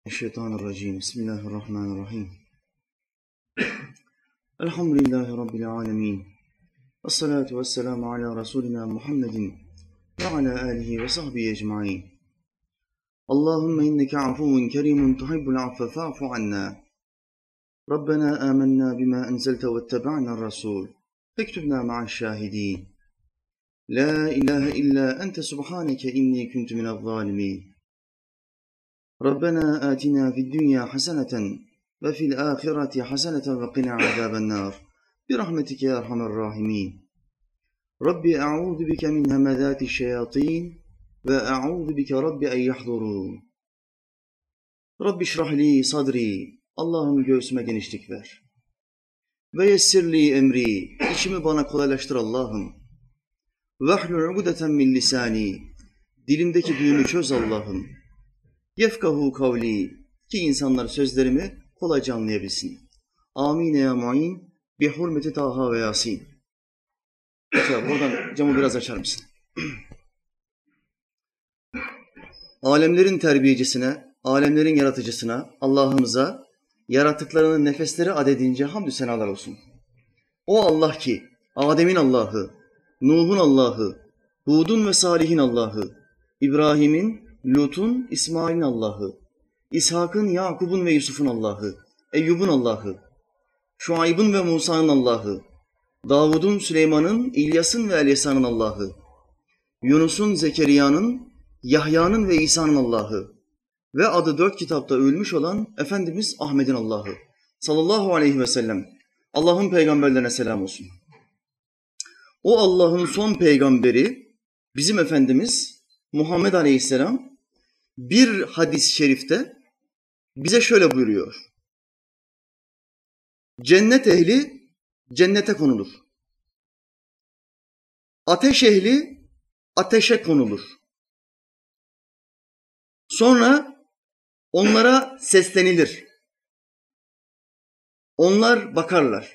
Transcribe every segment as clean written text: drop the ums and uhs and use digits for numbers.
Şeytanirracim. Bismillahirrahmanirrahim. Elhamdülillahi Rabbil alemin. Vessalatu vesselamu ala Resulina Muhammedin ve ala alihi ve sahbihi ecmain. Allahümme inneke afuvun kerimun tuhibbul affe fa'fu anna. Rabbena amennâ bima enzelte vettebe'na rasul. Fektubna ma'aş-şahidin. La ilahe illa ente subhaneke inni kuntu minez-zalimin. ربنا آتنا في الدنيا حسنة وفي الآخرة حسنة وقنا عذاب النار برحمتك يا أرحم الراحمين رب أعوذ بك من همذات الشياطين وأعوذ بك رب أن يحضرون رب اشرح لي صدري Allah'ım göğsüme genişlik ver. Ve yessirli emri, işimi bana kolaylaştır Allah'ım. Vehlul ugdeten min lisani, dilimdeki düğümü çöz Allah'ım. Yefkahu kavli, ki insanlar sözlerimi kolayca anlayabilsin. Amin ya mu'in, bi hurmeti Taha ve Yasin. Lütfen buradan camı biraz açar mısın? Alemlerin terbiyecisine, alemlerin yaratıcısına, Allah'ımıza, yarattıklarının nefesleri adedince hamdü senalar olsun. O Allah ki, Adem'in Allah'ı, Nuh'un Allah'ı, Hud'un ve Salih'in Allah'ı, İbrahim'in, Lut'un, İsmail'in Allah'ı, İshak'ın, Yakub'un ve Yusuf'un Allah'ı, Eyyub'un Allah'ı, Şuayb'ın ve Musa'nın Allah'ı, Davud'un, Süleyman'ın, İlyas'ın ve Elyasa'nın Allah'ı, Yunus'un, Zekeriya'nın, Yahya'nın ve İsa'nın Allah'ı ve adı 4 kitapta ölmüş olan Efendimiz Ahmet'in Allah'ı sallallahu aleyhi ve sellem. Allah'ın peygamberlerine selam olsun. O Allah'ın son peygamberi, bizim Efendimiz Muhammed Aleyhisselam bir hadis-i şerifte bize şöyle buyuruyor. Cennet ehli cennete konulur. Ateş ehli ateşe konulur. Sonra onlara seslenilir. Onlar bakarlar.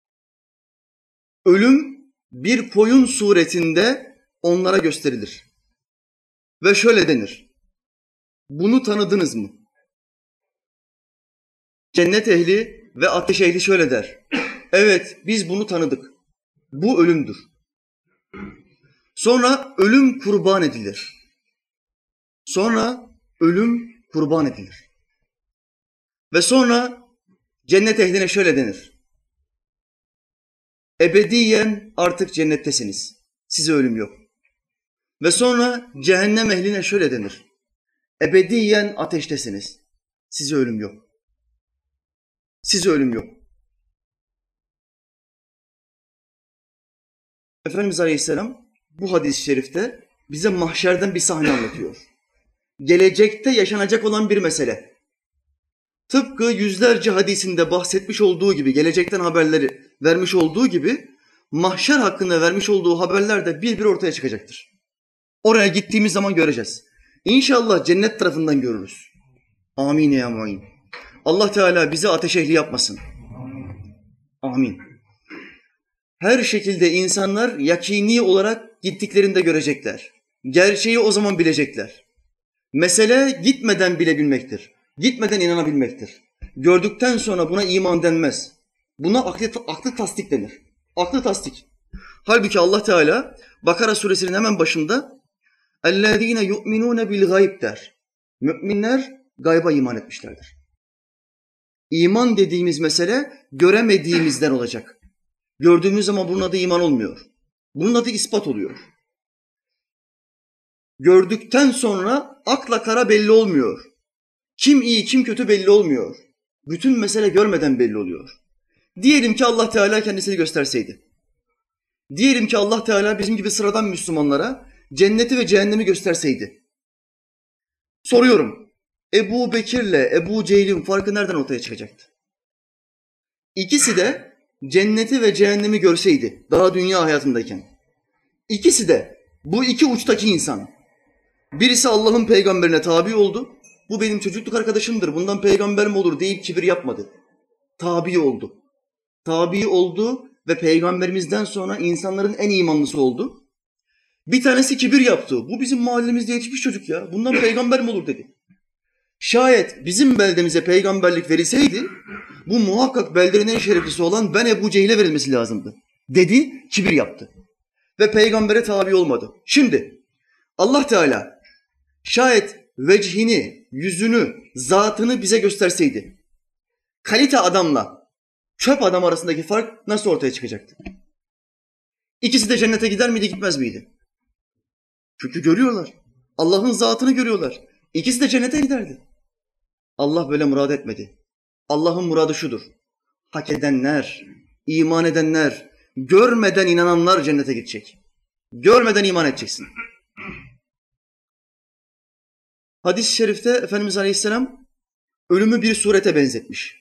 Ölüm bir koyun suretinde onlara gösterilir. Ve şöyle denir. Bunu tanıdınız mı? Cennet ehli ve ateş ehli şöyle der. Evet, biz bunu tanıdık. Bu ölümdür. Sonra ölüm kurban edilir. Sonra ölüm kurban edilir. Ve sonra cennet ehline şöyle denir. Ebediyen artık cennettesiniz. Size ölüm yok. Ve sonra cehennem ehline şöyle denir. Ebediyen ateştesiniz. Size ölüm yok. Size ölüm yok. Efendimiz Aleyhisselam bu hadis-i şerifte bize mahşerden bir sahne anlatıyor. Gelecekte yaşanacak olan bir mesele. Tıpkı yüzlerce hadisinde bahsetmiş olduğu gibi, gelecekten haberleri vermiş olduğu gibi, mahşer hakkında vermiş olduğu haberler de bir bir ortaya çıkacaktır. Oraya gittiğimiz zaman göreceğiz. İnşallah cennet tarafından görürüz. Amin ya mu'in. Allah Teala bizi ateş ehli yapmasın. Amin. Her şekilde insanlar yakini olarak gittiklerinde görecekler. Gerçeği o zaman bilecekler. Mesele gitmeden bilebilmektir. Gitmeden inanabilmektir. Gördükten sonra buna iman denmez. Buna aklı tasdik denir. Aklı tasdik. Halbuki Allah Teala Bakara suresinin hemen başında اَلَّذ۪ينَ يُؤْمِنُونَ بِالْغَيْبِ der. Müminler gayba iman etmişlerdir. İman dediğimiz mesele göremediğimizden olacak. Gördüğümüz zaman bunun adı iman olmuyor. Bunun adı ispat oluyor. Gördükten sonra akla kara belli olmuyor. Kim iyi kim kötü belli olmuyor. Bütün mesele görmeden belli oluyor. Diyelim ki Allah Teala kendisini gösterseydi. Diyelim ki Allah Teala bizim gibi sıradan Müslümanlara cenneti ve cehennemi gösterseydi. Soruyorum, Ebu Bekir'le Ebu Cehil'in farkı nereden ortaya çıkacaktı? İkisi de cenneti ve cehennemi görseydi, daha dünya hayatındayken. İkisi de, bu iki uçtaki insan. Birisi Allah'ın peygamberine tabi oldu. Bu benim çocukluk arkadaşımdır, bundan peygamber mi olur deyip kibir yapmadı. Tabi oldu. Tabi oldu ve peygamberimizden sonra insanların en imanlısı oldu. Bir tanesi kibir yaptı. Bu bizim mahallemizde yetişmiş çocuk ya. Bundan peygamber mi olur dedi. Şayet bizim beldemize peygamberlik verilseydi, bu muhakkak beldenin en şereflisi olan ben Ebu Cehil'e verilmesi lazımdı. Dedi, kibir yaptı. Ve peygambere tabi olmadı. Şimdi Allah Teala şayet vecihini, yüzünü, zatını bize gösterseydi, kalite adamla çöp adam arasındaki fark nasıl ortaya çıkacaktı? İkisi de cennete gider miydi, gitmez miydi? Çünkü görüyorlar. Allah'ın zatını görüyorlar. İkisi de cennete giderdi. Allah böyle murad etmedi. Allah'ın muradı şudur: hak edenler, iman edenler, görmeden inananlar cennete gidecek. Görmeden iman edeceksin. Hadis-i şerifte Efendimiz Aleyhisselam ölümü bir surete benzetmiş.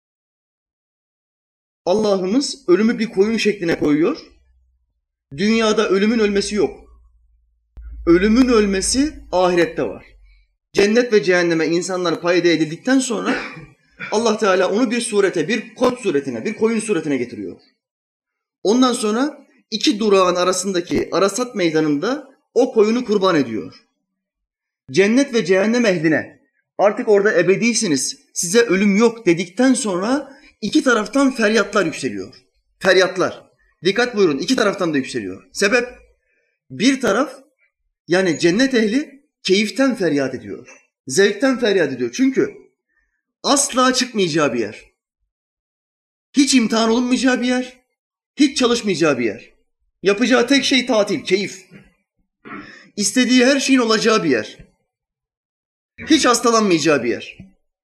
Allah'ımız ölümü bir koyun şekline koyuyor. Dünyada ölümün ölmesi yok. Ölümün ölmesi ahirette var. Cennet ve cehenneme insanlar payda edildikten sonra Allah Teala onu bir surete, bir koç suretine, bir koyun suretine getiriyor. Ondan sonra iki durağın arasındaki Arasat meydanında o koyunu kurban ediyor. Cennet ve cehennem ehline artık orada ebedisiniz, size ölüm yok dedikten sonra iki taraftan feryatlar yükseliyor. Feryatlar. Dikkat buyurun, iki taraftan da yükseliyor. Sebep, bir taraf yani cennet ehli keyiften feryat ediyor. Zevkten feryat ediyor. Çünkü asla çıkmayacağı bir yer. Hiç imtihan olunmayacağı bir yer. Hiç çalışmayacağı bir yer. Yapacağı tek şey tatil, keyif. İstediği her şeyin olacağı bir yer. Hiç hastalanmayacağı bir yer.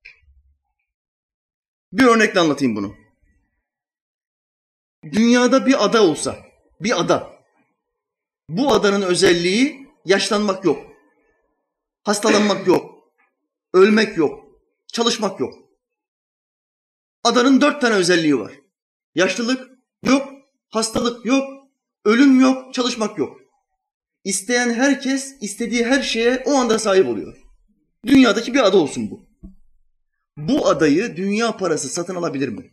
Bir örnekle anlatayım bunu. Dünyada bir ada olsa, bir ada. Bu adanın özelliği yaşlanmak yok. Hastalanmak yok. Ölmek yok. Çalışmak yok. Adanın 4 tane özelliği var. Yaşlılık yok, hastalık yok, ölüm yok, çalışmak yok. İsteyen herkes istediği her şeye o anda sahip oluyor. Dünyadaki bir ada olsun bu. Bu adayı dünya parası satın alabilir mi?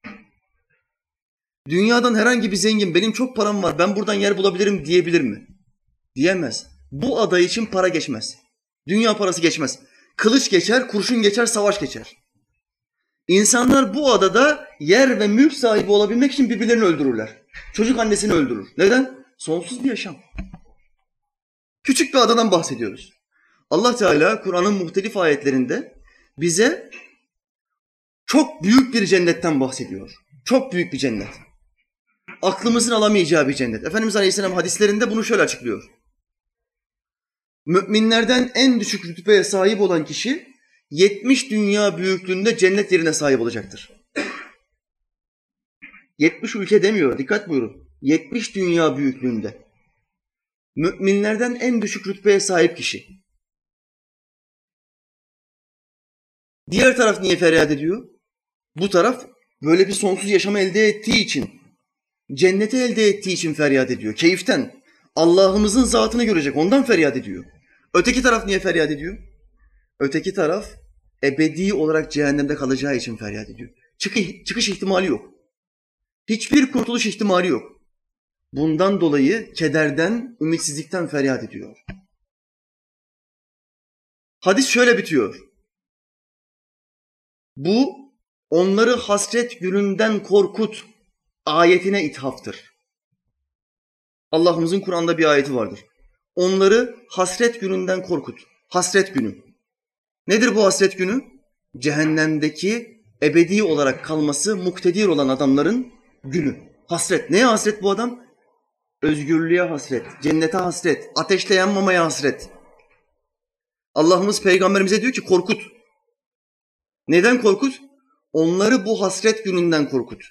Dünyadan herhangi bir zengin benim çok param var, ben buradan yer bulabilirim diyebilir mi? Diyemez. Bu ada için para geçmez. Dünya parası geçmez. Kılıç geçer, kurşun geçer, savaş geçer. İnsanlar bu adada yer ve mülk sahibi olabilmek için birbirlerini öldürürler. Çocuk annesini öldürür. Neden? Sonsuz bir yaşam. Küçük bir adadan bahsediyoruz. Allah Teala Kur'an'ın muhtelif ayetlerinde bize çok büyük bir cennetten bahsediyor. Çok büyük bir cennet. Aklımızın alamayacağı bir cennet. Efendimiz Aleyhisselam hadislerinde bunu şöyle açıklıyor. Müminlerden en düşük rütbeye sahip olan kişi 70 dünya büyüklüğünde cennet yerine sahip olacaktır. 70 ülke demiyor, dikkat buyurun. 70 dünya büyüklüğünde. Müminlerden en düşük rütbeye sahip kişi. Diğer taraf niye feryat ediyor? Bu taraf böyle bir sonsuz yaşamı elde ettiği için, cenneti elde ettiği için feryat ediyor. Keyiften, Allah'ımızın zatını görecek, ondan feryat ediyor. Öteki taraf niye feryat ediyor? Öteki taraf ebedi olarak cehennemde kalacağı için feryat ediyor. Çıkış ihtimali yok. Hiçbir kurtuluş ihtimali yok. Bundan dolayı kederden, ümitsizlikten feryat ediyor. Hadis şöyle bitiyor. Bu onları hasret gününden korkut ayetine ithaftır. Allah'ımızın Kur'an'da bir ayeti vardır. Onları hasret gününden korkut. Hasret günü. Nedir bu hasret günü? Cehennemdeki ebedi olarak kalması muktedir olan adamların günü. Hasret. Neye hasret bu adam? Özgürlüğe hasret, cennete hasret, ateşle yanmamaya hasret. Allah'ımız peygamberimize diyor ki korkut. Neden korkut? Onları bu hasret gününden korkut.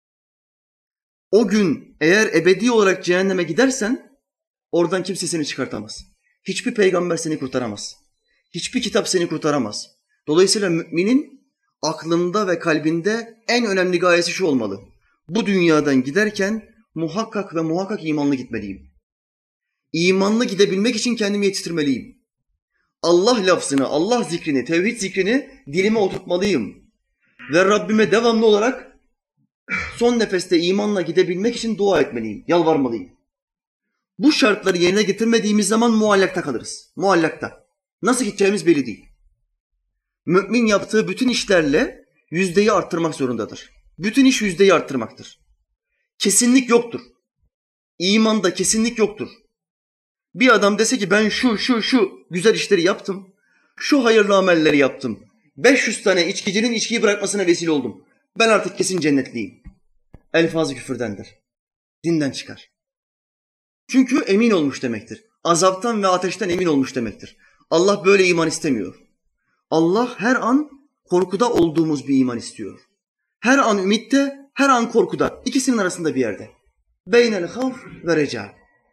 O gün eğer ebedi olarak cehenneme gidersen oradan kimse seni çıkartamaz. Hiçbir peygamber seni kurtaramaz. Hiçbir kitap seni kurtaramaz. Dolayısıyla müminin aklında ve kalbinde en önemli gayesi şu olmalı. Bu dünyadan giderken muhakkak ve muhakkak imanlı gitmeliyim. İmanlı gidebilmek için kendimi yetiştirmeliyim. Allah lafzını, Allah zikrini, tevhid zikrini dilime oturtmalıyım. Ve Rabbime devamlı olarak son nefeste imanla gidebilmek için dua etmeliyim, yalvarmalıyım. Bu şartları yerine getirmediğimiz zaman muallakta kalırız. Muallakta. Nasıl gideceğimiz belli değil. Mümin yaptığı bütün işlerle yüzdeyi arttırmak zorundadır. Bütün iş yüzdeyi arttırmaktır. Kesinlik yoktur. İmanda kesinlik yoktur. Bir adam dese ki ben şu güzel işleri yaptım, şu hayırlı amelleri yaptım, 500 tane içkicinin içkiyi bırakmasına vesile oldum. Ben artık kesin cennetliyim. Elfazı küfürdendir. Dinden çıkar. Çünkü emin olmuş demektir. Azaptan ve ateşten emin olmuş demektir. Allah böyle iman istemiyor. Allah her an korkuda olduğumuz bir iman istiyor. Her an ümitte, her an korkuda. İkisinin arasında bir yerde. Beynel havf ve reca.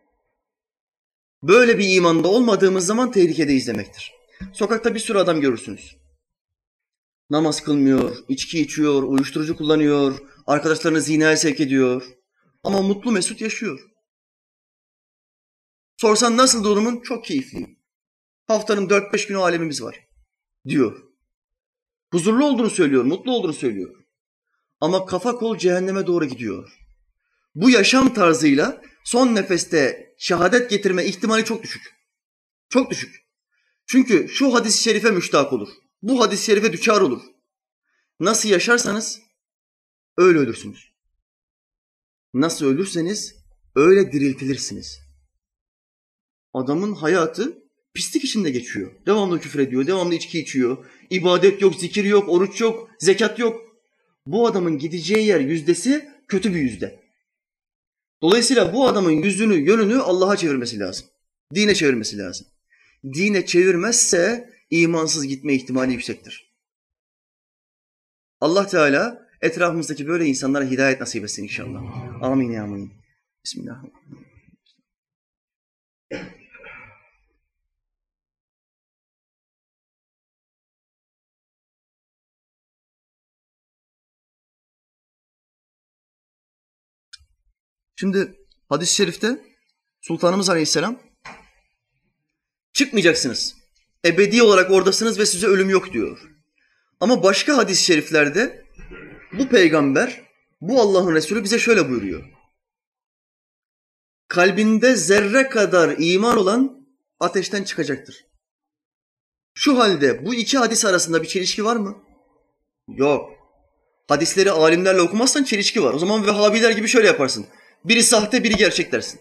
Böyle bir imanda olmadığımız zaman tehlikedeyiz demektir. Sokakta bir sürü adam görürsünüz. Namaz kılmıyor, içki içiyor, uyuşturucu kullanıyor, arkadaşlarını zinaya sevk ediyor. Ama mutlu mesut yaşıyor. Sorsan nasıl durumun? Çok keyifliyim. Haftanın 4-5 günü alemimiz var diyor. Huzurlu olduğunu söylüyor, mutlu olduğunu söylüyor. Ama kafa kol cehenneme doğru gidiyor. Bu yaşam tarzıyla son nefeste şehadet getirme ihtimali çok düşük. Çok düşük. Çünkü şu hadis-i şerife müştak olur. Bu hadis-i şerife düçar olur. Nasıl yaşarsanız öyle ölürsünüz. Nasıl ölürseniz öyle diriltilirsiniz. Adamın hayatı pislik içinde geçiyor. Devamlı küfür ediyor, devamlı içki içiyor. İbadet yok, zikir yok, oruç yok, zekat yok. Bu adamın gideceği yer yüzdesi kötü bir yüzde. Dolayısıyla bu adamın yüzünü, yönünü Allah'a çevirmesi lazım. Dine çevirmesi lazım. Dine çevirmezse imansız gitme ihtimali yüksektir. Allah Teala etrafımızdaki böyle insanlara hidayet nasip etsin inşallah. Amin ya amin. Bismillahirrahmanirrahim. Şimdi hadis-i şerifte Sultanımız Aleyhisselam çıkmayacaksınız. Ebedi olarak oradasınız ve size ölüm yok diyor. Ama başka hadis-i şeriflerde bu peygamber, bu Allah'ın Resulü bize şöyle buyuruyor. Kalbinde zerre kadar iman olan ateşten çıkacaktır. Şu halde bu iki hadis arasında bir çelişki var mı? Yok. Hadisleri alimlerle okumazsan çelişki var. O zaman Vehhabiler gibi şöyle yaparsın. Biri sahte, biri gerçek dersin.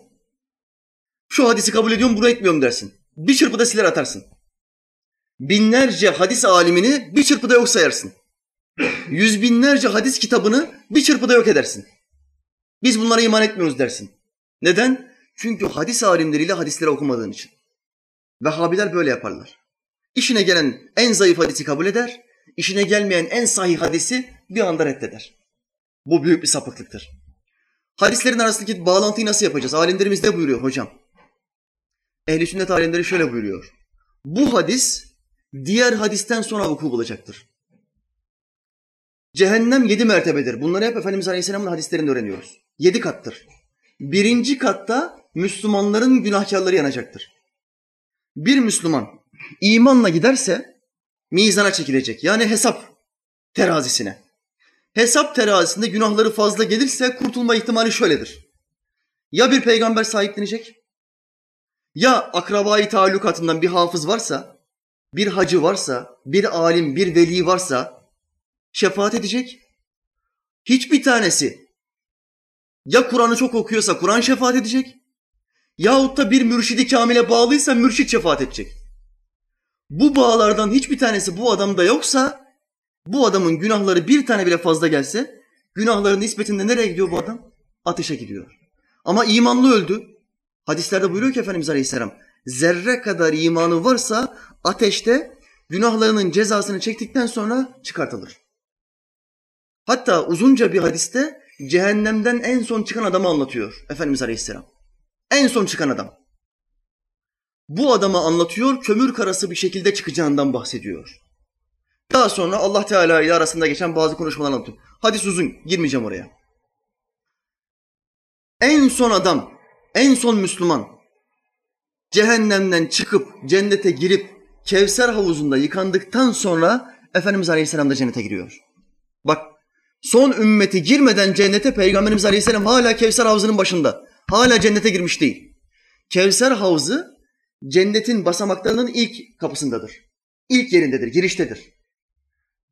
Şu hadisi kabul ediyorum, bunu etmiyorum dersin. Bir çırpıda siler atarsın. Binlerce hadis alimini bir çırpıda yok sayarsın. Yüz binlerce hadis kitabını bir çırpıda yok edersin. Biz bunlara iman etmiyoruz dersin. Neden? Çünkü hadis alimleriyle hadisleri okumadığın için. Vehhabiler böyle yaparlar. İşine gelen en zayıf hadisi kabul eder, işine gelmeyen en sahih hadisi bir anda reddeder. Bu büyük bir sapıklıktır. Hadislerin arasındaki bağlantıyı nasıl yapacağız? Alimlerimiz ne buyuruyor hocam? Ehl-i sünnet alimleri şöyle buyuruyor. Bu hadis diğer hadisten sonra vuku bulacaktır. Cehennem 7 mertebedir. Bunları hep Efendimiz Aleyhisselam'ın hadislerinde öğreniyoruz. 7 kattır. 1. katta Müslümanların günahkarları yanacaktır. Bir Müslüman imanla giderse mizana çekilecek. Yani hesap terazisine. Hesap terazisinde günahları fazla gelirse kurtulma ihtimali şöyledir. Ya bir peygamber sahiplenecek, ya akrabayı taallukatından bir hafız varsa, bir hacı varsa, bir alim, bir veli varsa şefaat edecek. Hiçbir tanesi ya Kur'an'ı çok okuyorsa Kur'an şefaat edecek, yahut da bir mürşidi kamile bağlıysa mürşid şefaat edecek. Bu bağlardan hiçbir tanesi bu adamda yoksa, bu adamın günahları bir tane bile fazla gelse, günahların nispetinde nereye gidiyor bu adam? Ateşe gidiyor. Ama imanlı öldü. Hadislerde buyuruyor ki Efendimiz Aleyhisselam, zerre kadar imanı varsa ateşte günahlarının cezasını çektikten sonra çıkartılır. Hatta uzunca bir hadiste cehennemden en son çıkan adamı anlatıyor Efendimiz Aleyhisselam. En son çıkan adam. Bu adamı anlatıyor, kömür karası bir şekilde çıkacağından bahsediyor. Daha sonra Allah Teala ile arasında geçen bazı konuşmalar anlatıyor. Hadis uzun, girmeyeceğim oraya. En son adam, en son Müslüman cehennemden çıkıp cennete girip Kevser havuzunda yıkandıktan sonra Efendimiz Aleyhisselam da cennete giriyor. Bak, son ümmeti girmeden cennete Peygamberimiz Aleyhisselam hala Kevser havuzunun başında. Hala cennete girmiş değil. Kevser havuzu cennetin basamaklarının ilk kapısındadır. İlk yerindedir, giriştedir.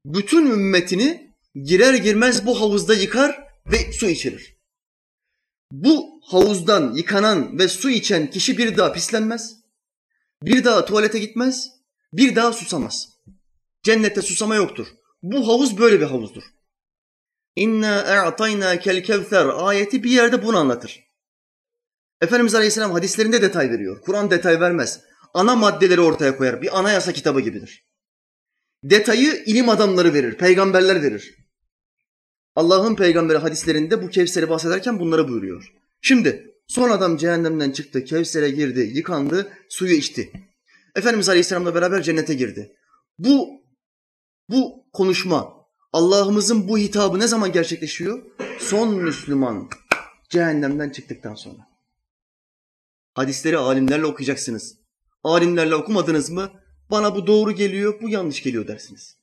bütün ümmetini girer girmez bu havuzda yıkar ve su içirir. Bu havuzdan yıkanan ve su içen kişi bir daha pislenmez, bir daha tuvalete gitmez, bir daha susamaz. Cennette susama yoktur. Bu havuz böyle bir havuzdur. İnna a'taynakel kevser ayeti bir yerde bunu anlatır. Efendimiz Aleyhisselam hadislerinde detay veriyor. Kur'an detay vermez. Ana maddeleri ortaya koyar. Bir anayasa kitabı gibidir. Detayı ilim adamları verir, peygamberler verir. Allah'ın peygamberi hadislerinde bu Kevser'i bahsederken bunları buyuruyor. Şimdi son adam cehennemden çıktı, Kevser'e girdi, yıkandı, suyu içti. Efendimiz Aleyhisselam'la beraber cennete girdi. Bu konuşma, Allah'ımızın bu hitabı ne zaman gerçekleşiyor? Son Müslüman cehennemden çıktıktan sonra. Hadisleri alimlerle okuyacaksınız. Alimlerle okumadınız mı? Bana bu doğru geliyor, bu yanlış geliyor dersiniz.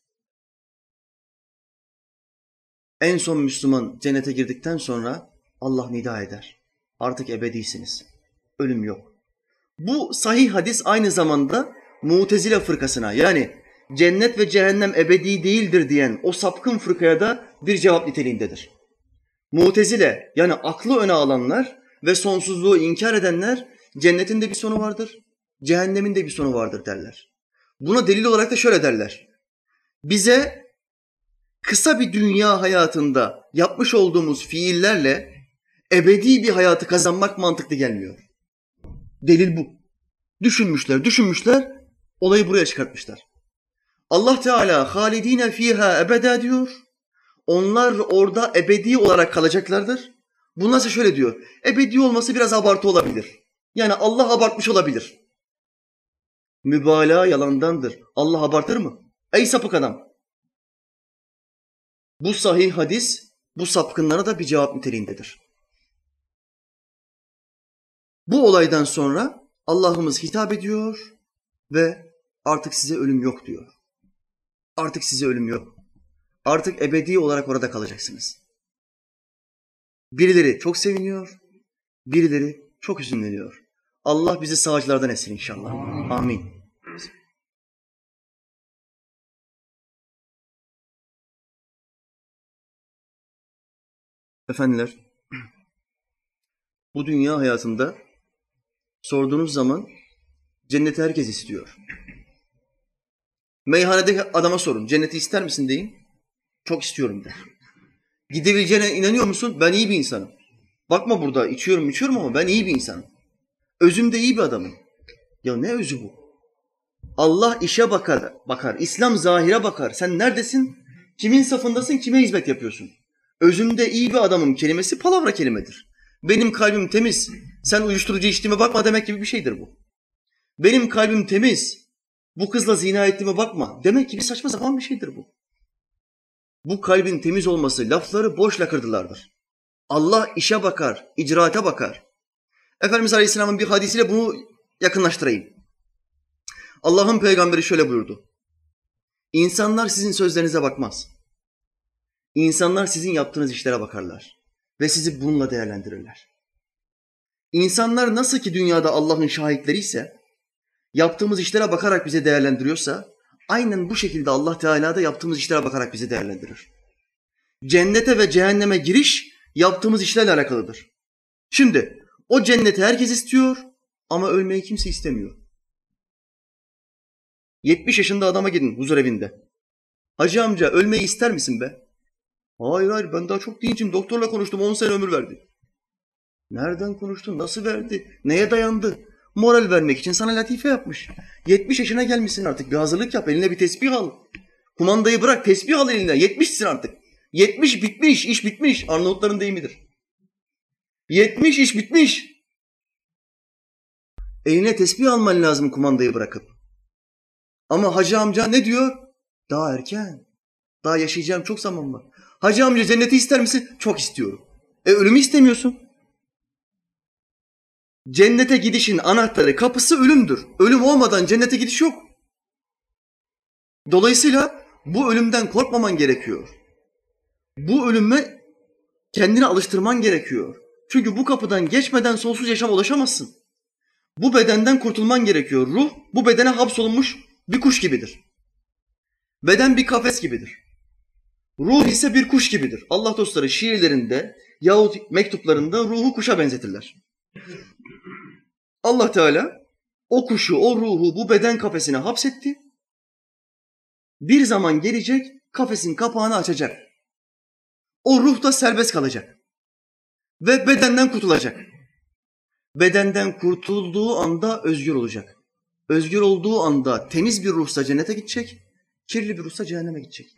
En son Müslüman cennete girdikten sonra Allah nida eder. Artık ebedisiniz. Ölüm yok. Bu sahih hadis aynı zamanda Mutezile fırkasına, yani cennet ve cehennem ebedi değildir diyen o sapkın fırkaya da bir cevap niteliğindedir. Mutezile, yani aklı öne alanlar ve sonsuzluğu inkar edenler, cennetin de bir sonu vardır, cehennemin de bir sonu vardır derler. Buna delil olarak da şöyle derler. Bize kısa bir dünya hayatında yapmış olduğumuz fiillerle ebedi bir hayatı kazanmak mantıklı gelmiyor. Delil bu. Düşünmüşler, olayı buraya çıkartmışlar. Allah Teala halidine fiha ebeda diyor. Onlar orada ebedi olarak kalacaklardır. Bundan sonra şöyle diyor. Ebedi olması biraz abartı olabilir. Yani Allah abartmış olabilir. Mübalağa yalandandır. Allah abartır mı? Ey sapık adam! Bu sahih hadis bu sapkınlara da bir cevap niteliğindedir. Bu olaydan sonra Allah'ımız hitap ediyor ve artık size ölüm yok diyor. Artık size ölüm yok. Artık ebedi olarak orada kalacaksınız. Birileri çok seviniyor, birileri çok üzünleniyor. Allah bizi sağcılardan etsin inşallah. Amin. Efendiler, bu dünya hayatında sorduğunuz zaman cenneti herkes istiyor. Meyhanedeki adama sorun, cenneti ister misin deyin. Çok istiyorum der. Gidebileceğine inanıyor musun? Ben iyi bir insanım. Bakma burada içiyorum ama ben iyi bir insanım. Özümde iyi bir adamım. Ya ne özü bu? Allah işe bakar. İslam zahire bakar. Sen neredesin? Kimin safındasın? Kime hizmet yapıyorsun? Özümde iyi bir adamım kelimesi palavra kelimedir. Benim kalbim temiz. Sen uyuşturucu içtiğime bakma demek gibi bir şeydir bu. Benim kalbim temiz. Bu kızla zina ettiğime bakma. Demek ki bir saçma sapan bir şeydir bu. Bu kalbin temiz olması lafları boş lakırdılardır. Allah işe bakar, icraata bakar. Efendimiz Aleyhisselam'ın bir hadisiyle bunu yakınlaştırayım. Allah'ın peygamberi şöyle buyurdu. İnsanlar sizin sözlerinize bakmaz. İnsanlar sizin yaptığınız işlere bakarlar ve sizi bununla değerlendirirler. İnsanlar nasıl ki dünyada Allah'ın şahitleri ise, yaptığımız işlere bakarak bizi değerlendiriyorsa, aynen bu şekilde Allah Teala da yaptığımız işlere bakarak bizi değerlendirir. Cennete ve cehenneme giriş yaptığımız işlerle alakalıdır. Şimdi o cenneti herkes istiyor ama ölmeyi kimse istemiyor. 70 yaşında adama gidin huzur evinde. Hacı amca ölmeyi ister misin be? Hayır ben daha çok gencim, doktorla konuştum 10 sene ömür verdi. Nereden konuştun, nasıl verdi, neye dayandı? Moral vermek için sana latife yapmış. 70 yaşına gelmişsin artık, bir hazırlık yap, eline bir tesbih al. Kumandayı bırak, tesbih al eline, 70'sin artık. 70 bitmiş, iş bitmiş, Arnavutların deyimidir. 70 iş bitmiş. Eline tesbih alman lazım kumandayı bırakıp. Ama hacı amca ne diyor? Daha erken, daha yaşayacağım çok zaman var. Hacı amca cenneti ister misin? Çok istiyorum. Ölümü istemiyorsun. Cennete gidişin anahtarı, kapısı ölümdür. Ölüm olmadan cennete gidiş yok. Dolayısıyla bu ölümden korkmaman gerekiyor. Bu ölüme kendini alıştırman gerekiyor. Çünkü bu kapıdan geçmeden sonsuz yaşama ulaşamazsın. Bu bedenden kurtulman gerekiyor. Ruh bu bedene hapsolunmuş bir kuş gibidir. Beden bir kafes gibidir. Ruh ise bir kuş gibidir. Allah dostları şiirlerinde yahut mektuplarında ruhu kuşa benzetirler. Allah Teala o kuşu, o ruhu bu beden kafesine hapsetti. Bir zaman gelecek, kafesin kapağını açacak. O ruh da serbest kalacak. Ve bedenden kurtulacak. Bedenden kurtulduğu anda özgür olacak. Özgür olduğu anda temiz bir ruhsa cennete gidecek, kirli bir ruhsa cehenneme gidecek.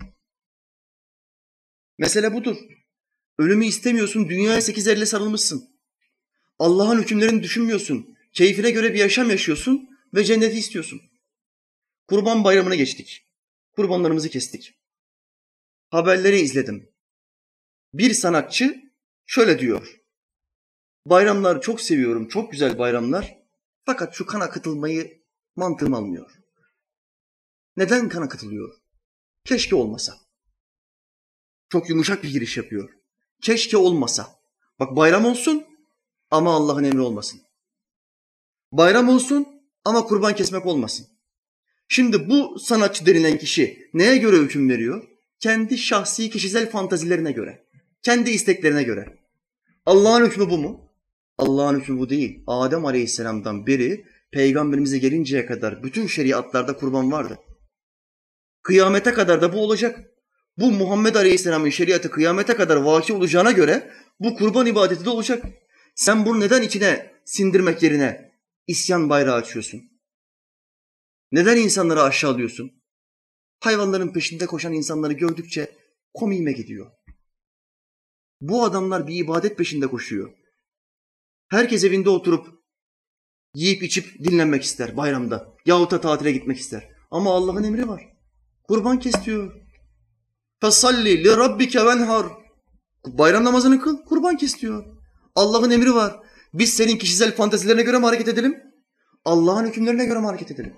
Mesele budur. Ölümü istemiyorsun, dünyaya 8 elle sarılmışsın. Allah'ın hükümlerini düşünmüyorsun. Keyfine göre bir yaşam yaşıyorsun ve cenneti istiyorsun. Kurban bayramına geçtik. Kurbanlarımızı kestik. Haberleri izledim. Bir sanatçı şöyle diyor. Bayramları çok seviyorum, çok güzel bayramlar. Fakat şu kan akıtılmayı mantığım almıyor. Neden kan akıtılıyor? Keşke olmasa. Çok yumuşak bir giriş yapıyor. Keşke olmasa. Bak bayram olsun ama Allah'ın emri olmasın. Bayram olsun ama kurban kesmek olmasın. Şimdi bu sanatçı denilen kişi neye göre hüküm veriyor? Kendi şahsi kişisel fantazilerine göre. Kendi isteklerine göre. Allah'ın hükmü bu mu? Allah'ın hükmü bu değil. Adem Aleyhisselam'dan beri Peygamberimize gelinceye kadar bütün şeriatlarda kurban vardı. Kıyamete kadar da bu olacak. Bu Muhammed Aleyhisselam'ın şeriatı kıyamete kadar vaki olacağına göre bu kurban ibadeti de olacak. Sen bunu neden içine sindirmek yerine isyan bayrağı açıyorsun? Neden insanları aşağılıyorsun? Hayvanların peşinde koşan insanları gördükçe komiğime gidiyor. Bu adamlar bir ibadet peşinde koşuyor. Herkes evinde oturup yiyip içip dinlenmek ister bayramda. Yahut da tatile gitmek ister. Ama Allah'ın emri var. Kurban kes diyor. Fesalli li rabbike venhar. Bayram namazını kıl, kurban kes diyor. Allah'ın emri var. Biz senin kişisel fantezilerine göre mi hareket edelim? Allah'ın hükümlerine göre mi hareket edelim?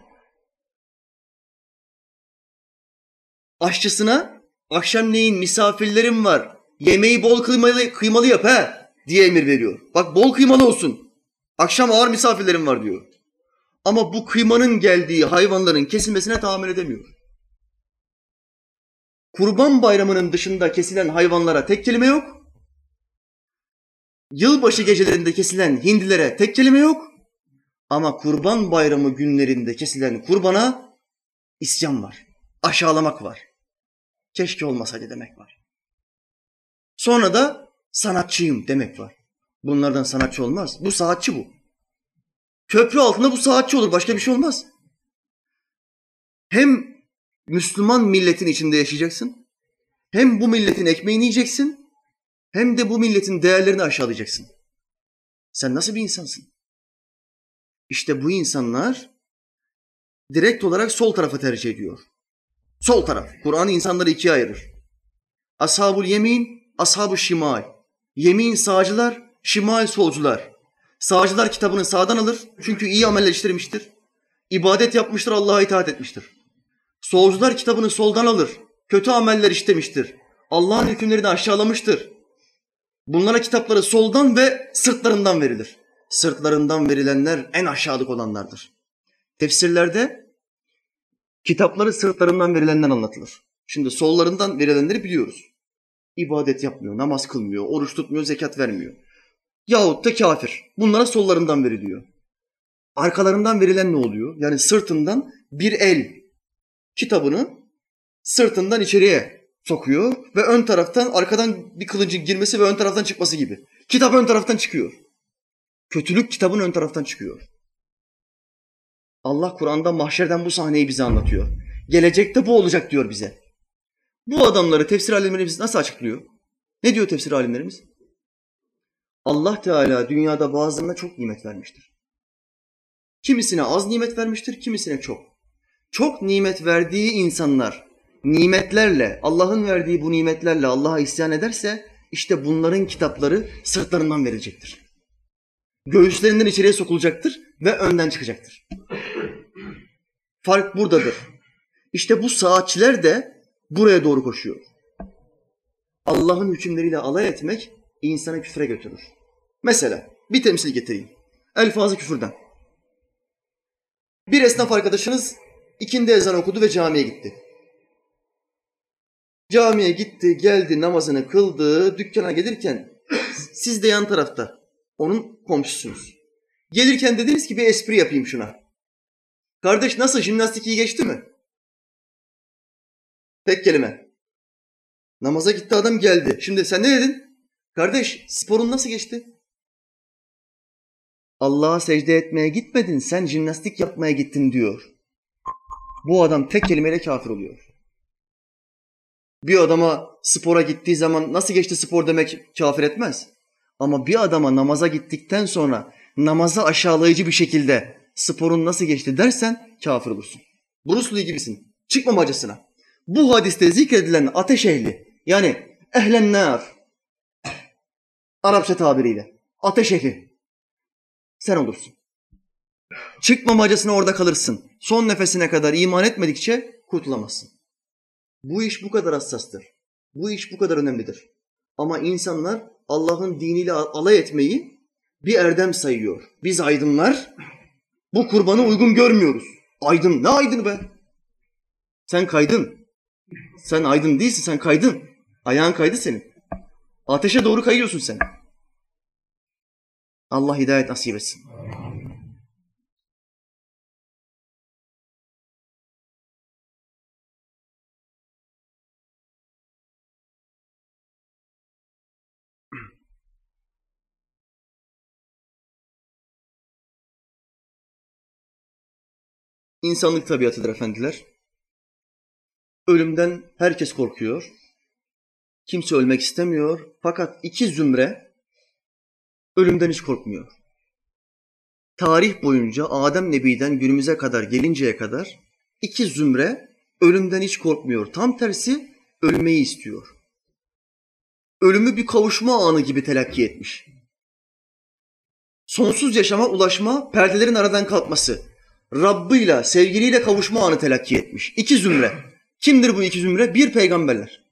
Aşçısına akşamleyin misafirlerim var. Yemeği bol kıymalı yap diye emir veriyor. Bak bol kıymalı olsun. Akşam ağır misafirlerim var diyor. Ama bu kıymanın geldiği hayvanların kesilmesine tahammül edemiyor. Kurban bayramının dışında kesilen hayvanlara tek kelime yok. Yılbaşı gecelerinde kesilen hindilere tek kelime yok. Ama kurban bayramı günlerinde kesilen kurbana isyan var. Aşağılamak var. Keşke olmasaydı demek var. Sonra da sanatçıyım demek var. Bunlardan sanatçı olmaz. Bu saatçi bu. Köprü altında bu saatçi olur. Başka bir şey olmaz. Hem Müslüman milletin içinde yaşayacaksın. Hem bu milletin ekmeğini yiyeceksin. Hem de bu milletin değerlerini aşağılayacaksın. Sen nasıl bir insansın? İşte bu insanlar direkt olarak sol tarafı tercih ediyor. Sol taraf. Kur'an insanları ikiye ayırır. Ashab-ül yemin, ashab-ı şimal. Yemin sağcılar, şimal solcular. Sağcılar kitabını sağdan alır. Çünkü iyi ameller işlemiştir. İbadet yapmıştır, Allah'a itaat etmiştir. Solcular kitabını soldan alır. Kötü ameller işlemiştir. Allah'ın hükümlerini aşağılamıştır. Bunlara kitapları soldan ve sırtlarından verilir. Sırtlarından verilenler en aşağılık olanlardır. Tefsirlerde kitapları sırtlarından verilenden anlatılır. Şimdi sollarından verilenleri biliyoruz. İbadet yapmıyor, namaz kılmıyor, oruç tutmuyor, zekat vermiyor. Yahut da kafir. Bunlara sollarından veriliyor. Arkalarından verilen ne oluyor? Yani sırtından bir el kitabını sırtından içeriye sokuyor ve ön taraftan arkadan bir kılıncın girmesi ve ön taraftan çıkması gibi. Kitap ön taraftan çıkıyor. Kötülük kitabın ön taraftan çıkıyor. Allah Kur'an'da mahşerden bu sahneyi bize anlatıyor. Gelecekte bu olacak diyor bize. Bu adamları tefsir alimlerimiz nasıl açıklıyor? Ne diyor tefsir alimlerimiz? Allah Teala dünyada bazılarına çok nimet vermiştir. Kimisine az nimet vermiştir, kimisine çok. Çok nimet verdiği insanlar nimetlerle, Allah'ın verdiği bu nimetlerle Allah'a isyan ederse işte bunların kitapları sırtlarından verilecektir. Göğüslerinden içeriye sokulacaktır ve önden çıkacaktır. Fark buradadır. İşte bu saatçiler de buraya doğru koşuyor. Allah'ın hükümleriyle alay etmek insanı küfre götürür. Mesela bir temsil getireyim. Elfazı küfürden. Bir esnaf arkadaşınız ikindi ezan okudu ve camiye gitti. Camiye gitti, geldi, namazını kıldı, dükkana gelirken siz de yan tarafta, onun komşusunuz. Gelirken dediniz ki bir espri yapayım şuna. Kardeş nasıl, jimnastik iyi geçti mi? Tek kelime. Namaza gitti adam geldi. Şimdi sen ne dedin? Kardeş sporun nasıl geçti? Allah'a secde etmeye gitmedin, sen jimnastik yapmaya gittin diyor. Bu adam tek kelimeyle kafir oluyor. Bir adama spora gittiği zaman nasıl geçti spor demek kafir etmez. Ama bir adama namaza gittikten sonra namaza aşağılayıcı bir şekilde sporun nasıl geçti dersen kafir olursun. Bruce Lee gibisin. Çıkmamacasına. Bu hadiste zikredilen ateş ehli, yani ehlen nar, Arapça tabiriyle ateş ehli, sen olursun. Çıkmamacasına orada kalırsın. Son nefesine kadar iman etmedikçe kurtulamazsın. Bu iş bu kadar hassastır. Bu iş bu kadar önemlidir. Ama insanlar Allah'ın diniyle alay etmeyi bir erdem sayıyor. Biz aydınlar bu kurbanı uygun görmüyoruz. Aydın, ne aydın be? Sen kaydın. Sen aydın değilsin, sen kaydın. Ayağın kaydı senin. Ateşe doğru kayıyorsun sen. Allah hidayet nasip etsin. İnsanlık tabiatıdır efendiler. Ölümden herkes korkuyor. Kimse ölmek istemiyor. Fakat iki zümre ölümden hiç korkmuyor. Tarih boyunca Adem Nebi'den günümüze kadar gelinceye kadar iki zümre ölümden hiç korkmuyor. Tam tersi ölmeyi istiyor. Ölümü bir kavuşma anı gibi telakki etmiş. Sonsuz yaşama ulaşma, perdelerin aradan kalkması, Rabbıyla, sevgiliyle kavuşma anı telakki etmiş. İki zümre. Kimdir bu iki zümre? Bir, peygamberler.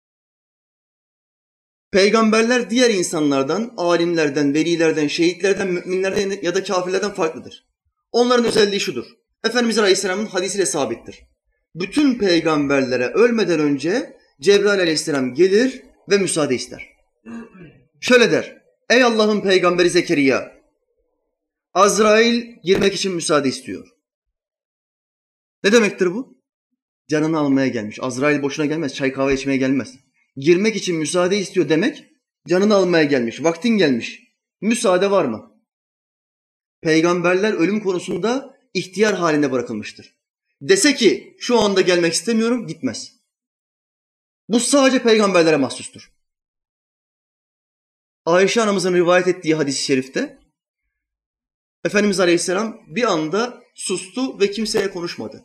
Peygamberler diğer insanlardan, alimlerden, velilerden, şehitlerden, müminlerden ya da kafirlerden farklıdır. Onların özelliği şudur. Efendimiz Aleyhisselam'ın hadisiyle sabittir. Bütün peygamberlere ölmeden önce Cebrail Aleyhisselam gelir ve müsaade ister. Şöyle der: ey Allah'ın peygamberi Zekeriya, Azrail girmek için müsaade istiyor. Ne demektir bu? Canını almaya gelmiş. Azrail boşuna gelmez, çay kahve içmeye gelmez. Girmek için müsaade istiyor demek, canını almaya gelmiş, vaktin gelmiş. Müsaade var mı? Peygamberler ölüm konusunda ihtiyar halinde bırakılmıştır. Dese ki şu anda gelmek istemiyorum, gitmez. Bu sadece peygamberlere mahsustur. Ayşe anamızın rivayet ettiği hadis-i şerifte Efendimiz Aleyhisselam bir anda sustu ve kimseye konuşmadı.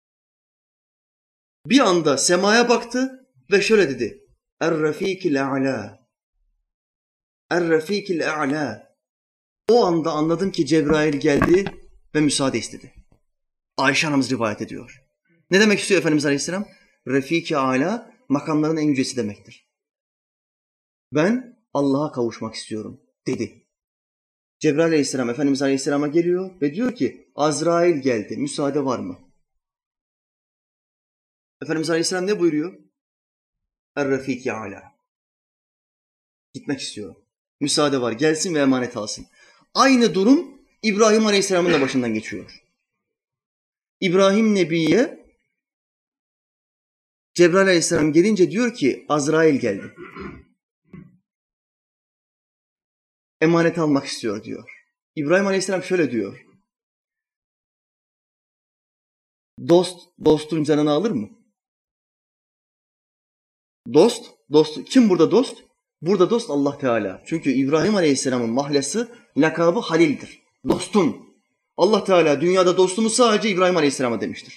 Bir anda semaya baktı ve şöyle dedi: Er-Rafikil A'la. Er-Rafikil A'la. O anda anladım ki Cebrail geldi ve müsaade istedi. Ayşe anamız rivayet ediyor. Ne demek istiyor Efendimiz Aleyhisselam? Rafiki A'la, makamların en yücesi demektir. Ben Allah'a kavuşmak istiyorum dedi. Cebrail Aleyhisselam Efendimiz Aleyhisselam'a geliyor ve diyor ki Azrail geldi, müsaade var mı? Efendimiz Aleyhisselam ne buyuruyor? Er-Rafiki A'la. Gitmek istiyor. Müsaade var, gelsin ve emanet alsın. Aynı durum İbrahim Aleyhisselam'ın da başından geçiyor. İbrahim Nebi'ye Cebrail Aleyhisselam gelince diyor ki Azrail geldi. Emanet almak istiyor diyor. İbrahim Aleyhisselam şöyle diyor: dostun canını alır mı? Dost. Kim burada dost? Burada dost Allah Teala. Çünkü İbrahim Aleyhisselam'ın mahlası, lakabı Halil'dir. Dostum. Allah Teala dünyada dostumu sadece İbrahim Aleyhisselam'a demiştir.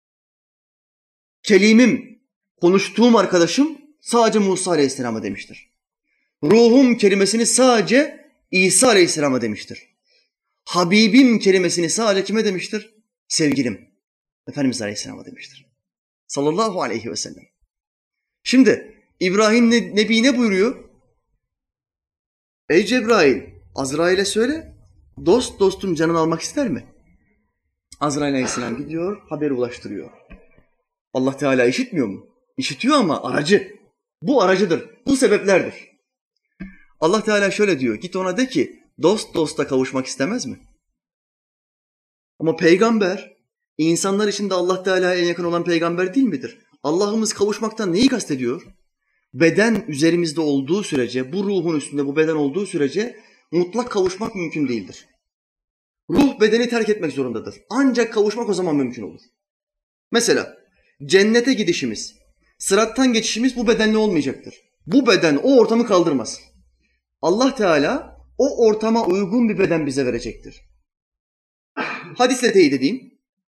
Kelimim, konuştuğum arkadaşım sadece Musa Aleyhisselam'a demiştir. Ruhum kelimesini sadece İsa Aleyhisselam'a demiştir. Habibim kelimesini sadece kime demiştir? Sevgilim Efendimiz Aleyhisselam'a demiştir. Sallallahu aleyhi ve sellem. Şimdi İbrahim Nebi ne buyuruyor? Ey Cebrail, Azrail'e söyle, dostun canını almak ister mi? Azrail Aleyhisselam gidiyor, haberi ulaştırıyor. Allah Teala işitmiyor mu? İşitiyor ama aracı. Bu aracıdır. Bu sebeplerdir. Allah Teala şöyle diyor. Git ona de ki dost dosta kavuşmak istemez mi? Ama peygamber, insanlar içinde Allah Teala'ya en yakın olan peygamber değil midir? Allah'ımız kavuşmaktan neyi kastediyor? Beden üzerimizde olduğu sürece, bu ruhun üstünde bu beden olduğu sürece mutlak kavuşmak mümkün değildir. Ruh bedeni terk etmek zorundadır. Ancak kavuşmak o zaman mümkün olur. Mesela cennete gidişimiz, sırattan geçişimiz bu bedenle olmayacaktır. Bu beden o ortamı kaldırmaz. Allah Teala o ortama uygun bir beden bize verecektir. Hadisle teyit edeyim.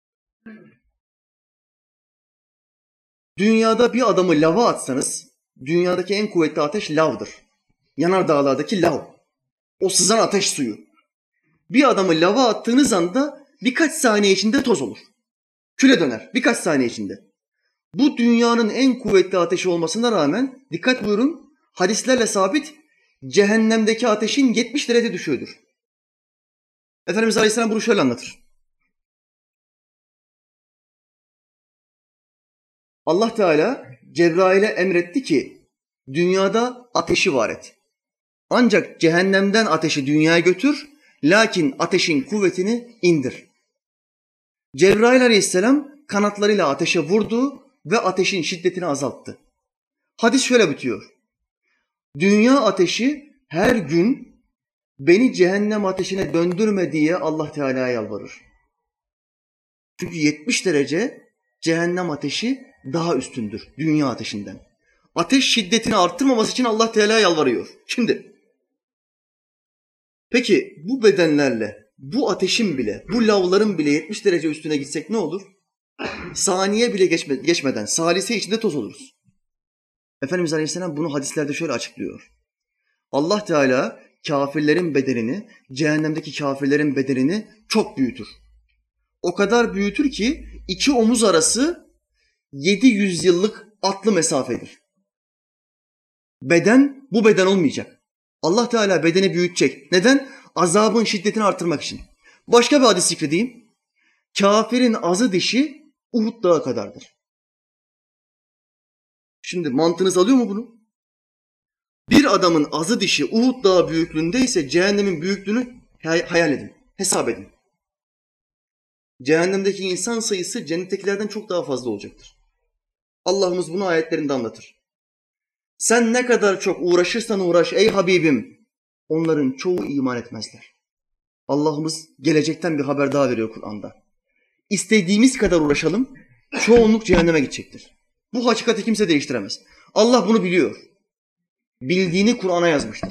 Dünyada bir adamı lava atsanız, dünyadaki en kuvvetli ateş lavdır. Yanardağlardaki lav. O sızan ateş suyu. Bir adamı lava attığınız anda birkaç saniye içinde toz olur. Küle döner birkaç saniye içinde. Bu dünyanın en kuvvetli ateşi olmasına rağmen, dikkat buyurun, hadislerle sabit, cehennemdeki ateşin 70 derece düşüğüdür. Efendimiz Aleyhisselam bunu şöyle anlatır. Allah Teala Cebrail'e emretti ki dünyada ateşi var et. Ancak cehennemden ateşi dünyaya götür, lakin ateşin kuvvetini indir. Cebrail Aleyhisselam kanatlarıyla ateşe vurdu ve ateşin şiddetini azalttı. Hadis şöyle bitiyor. Dünya ateşi her gün beni cehennem ateşine döndürme diye Allah Teala'ya yalvarır. Çünkü 70 derece cehennem ateşi daha üstündür dünya ateşinden. Ateş şiddetini arttırmaması için Allah Teala'ya yalvarıyor. Şimdi, peki bu bedenlerle, bu ateşin bile, bu lavların bile 70 derece üstüne gitsek ne olur? Saniye bile geçmeden salise içinde toz oluruz. Efendimiz Aleyhisselam bunu hadislerde şöyle açıklıyor. Allah Teala kafirlerin bedenini, cehennemdeki kafirlerin bedenini çok büyütür. O kadar büyütür ki 2 omuz arası 700 yıllık atlı mesafedir. Beden bu beden olmayacak. Allah Teala bedeni büyütecek. Neden? Azabın şiddetini artırmak için. Başka bir hadis zikredeyim. Kafirin azı dişi Uhud dağı kadardır. Şimdi mantığınız alıyor mu bunu? Bir adamın azı dişi Uhud dağı büyüklüğündeyse cehennemin büyüklüğünü hayal edin, hesap edin. Cehennemdeki insan sayısı cennettekilerden çok daha fazla olacaktır. Allah'ımız bunu ayetlerinde anlatır. Sen ne kadar çok uğraşırsan uğraş ey Habibim, onların çoğu iman etmezler. Allah'ımız gelecekten bir haber daha veriyor Kur'an'da. İstediğimiz kadar uğraşalım, çoğunluk cehenneme gidecektir. Bu hakikati kimse değiştiremez. Allah bunu biliyor. Bildiğini Kur'an'a yazmıştır.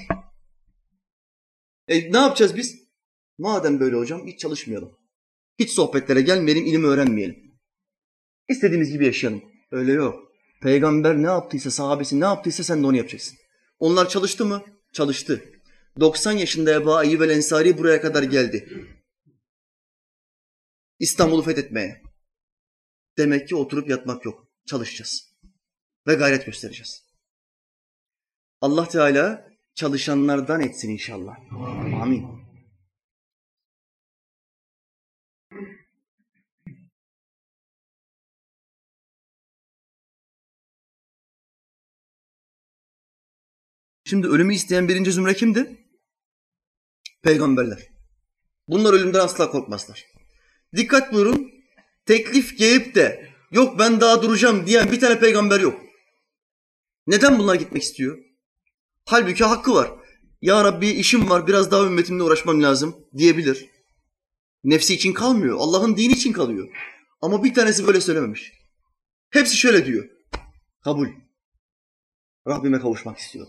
Ne yapacağız biz? Madem böyle hocam hiç çalışmayalım. Hiç sohbetlere gelmeyelim, ilim öğrenmeyelim. İstediğimiz gibi yaşayalım. Öyle yok. Peygamber ne yaptıysa, sahabesi ne yaptıysa sen de onu yapacaksın. Onlar çalıştı mı? Çalıştı. 90 yaşında Ebu Eyyub el-Ensari buraya kadar geldi. İstanbul'u fethetmeye. Demek ki oturup yatmak yok. Çalışacağız. Ve gayret göstereceğiz. Allah Teala çalışanlardan etsin inşallah. Amin. Şimdi ölümü isteyen birinci zümre kimdi? Peygamberler. Bunlar ölümden asla korkmazlar. Dikkat buyurun, teklif gelip de yok ben daha duracağım diyen bir tane peygamber yok. Neden bunlar gitmek istiyor? Halbuki hakkı var. Ya Rabbi işim var, biraz daha ümmetimle uğraşmam lazım diyebilir. Nefsi için kalmıyor, Allah'ın dini için kalıyor. Ama bir tanesi böyle söylememiş. Hepsi şöyle diyor. Kabul. Rabbime kavuşmak istiyorum.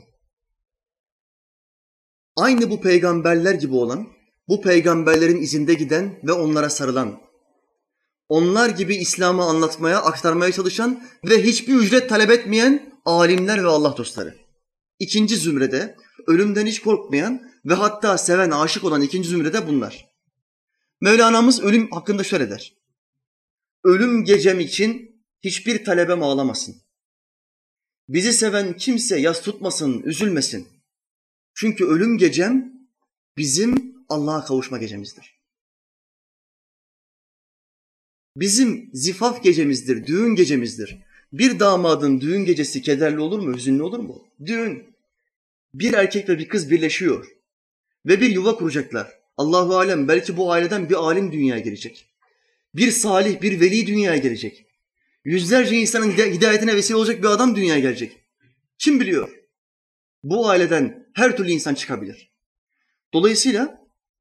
Aynı bu peygamberler gibi olan, bu peygamberlerin izinde giden ve onlara sarılan, onlar gibi İslam'ı anlatmaya, aktarmaya çalışan ve hiçbir ücret talep etmeyen alimler ve Allah dostları. İkinci zümrede ölümden hiç korkmayan ve hatta seven, aşık olan ikinci zümrede bunlar. Mevlana'mız ölüm hakkında şöyle der. Ölüm gecem için hiçbir talebem ağlamasın. Bizi seven kimse yas tutmasın, üzülmesin. Çünkü ölüm gecem bizim Allah'a kavuşma gecemizdir. Bizim zifaf gecemizdir, düğün gecemizdir. Bir damadın düğün gecesi kederli olur mu, hüzünlü olur mu? Düğün. Bir erkek ve bir kız birleşiyor ve bir yuva kuracaklar. Allahu alem, belki bu aileden bir alim dünyaya gelecek. Bir salih, bir veli dünyaya gelecek. Yüzlerce insanın hidayetine vesile olacak bir adam dünyaya gelecek. Kim biliyor? Bu aileden her türlü insan çıkabilir. Dolayısıyla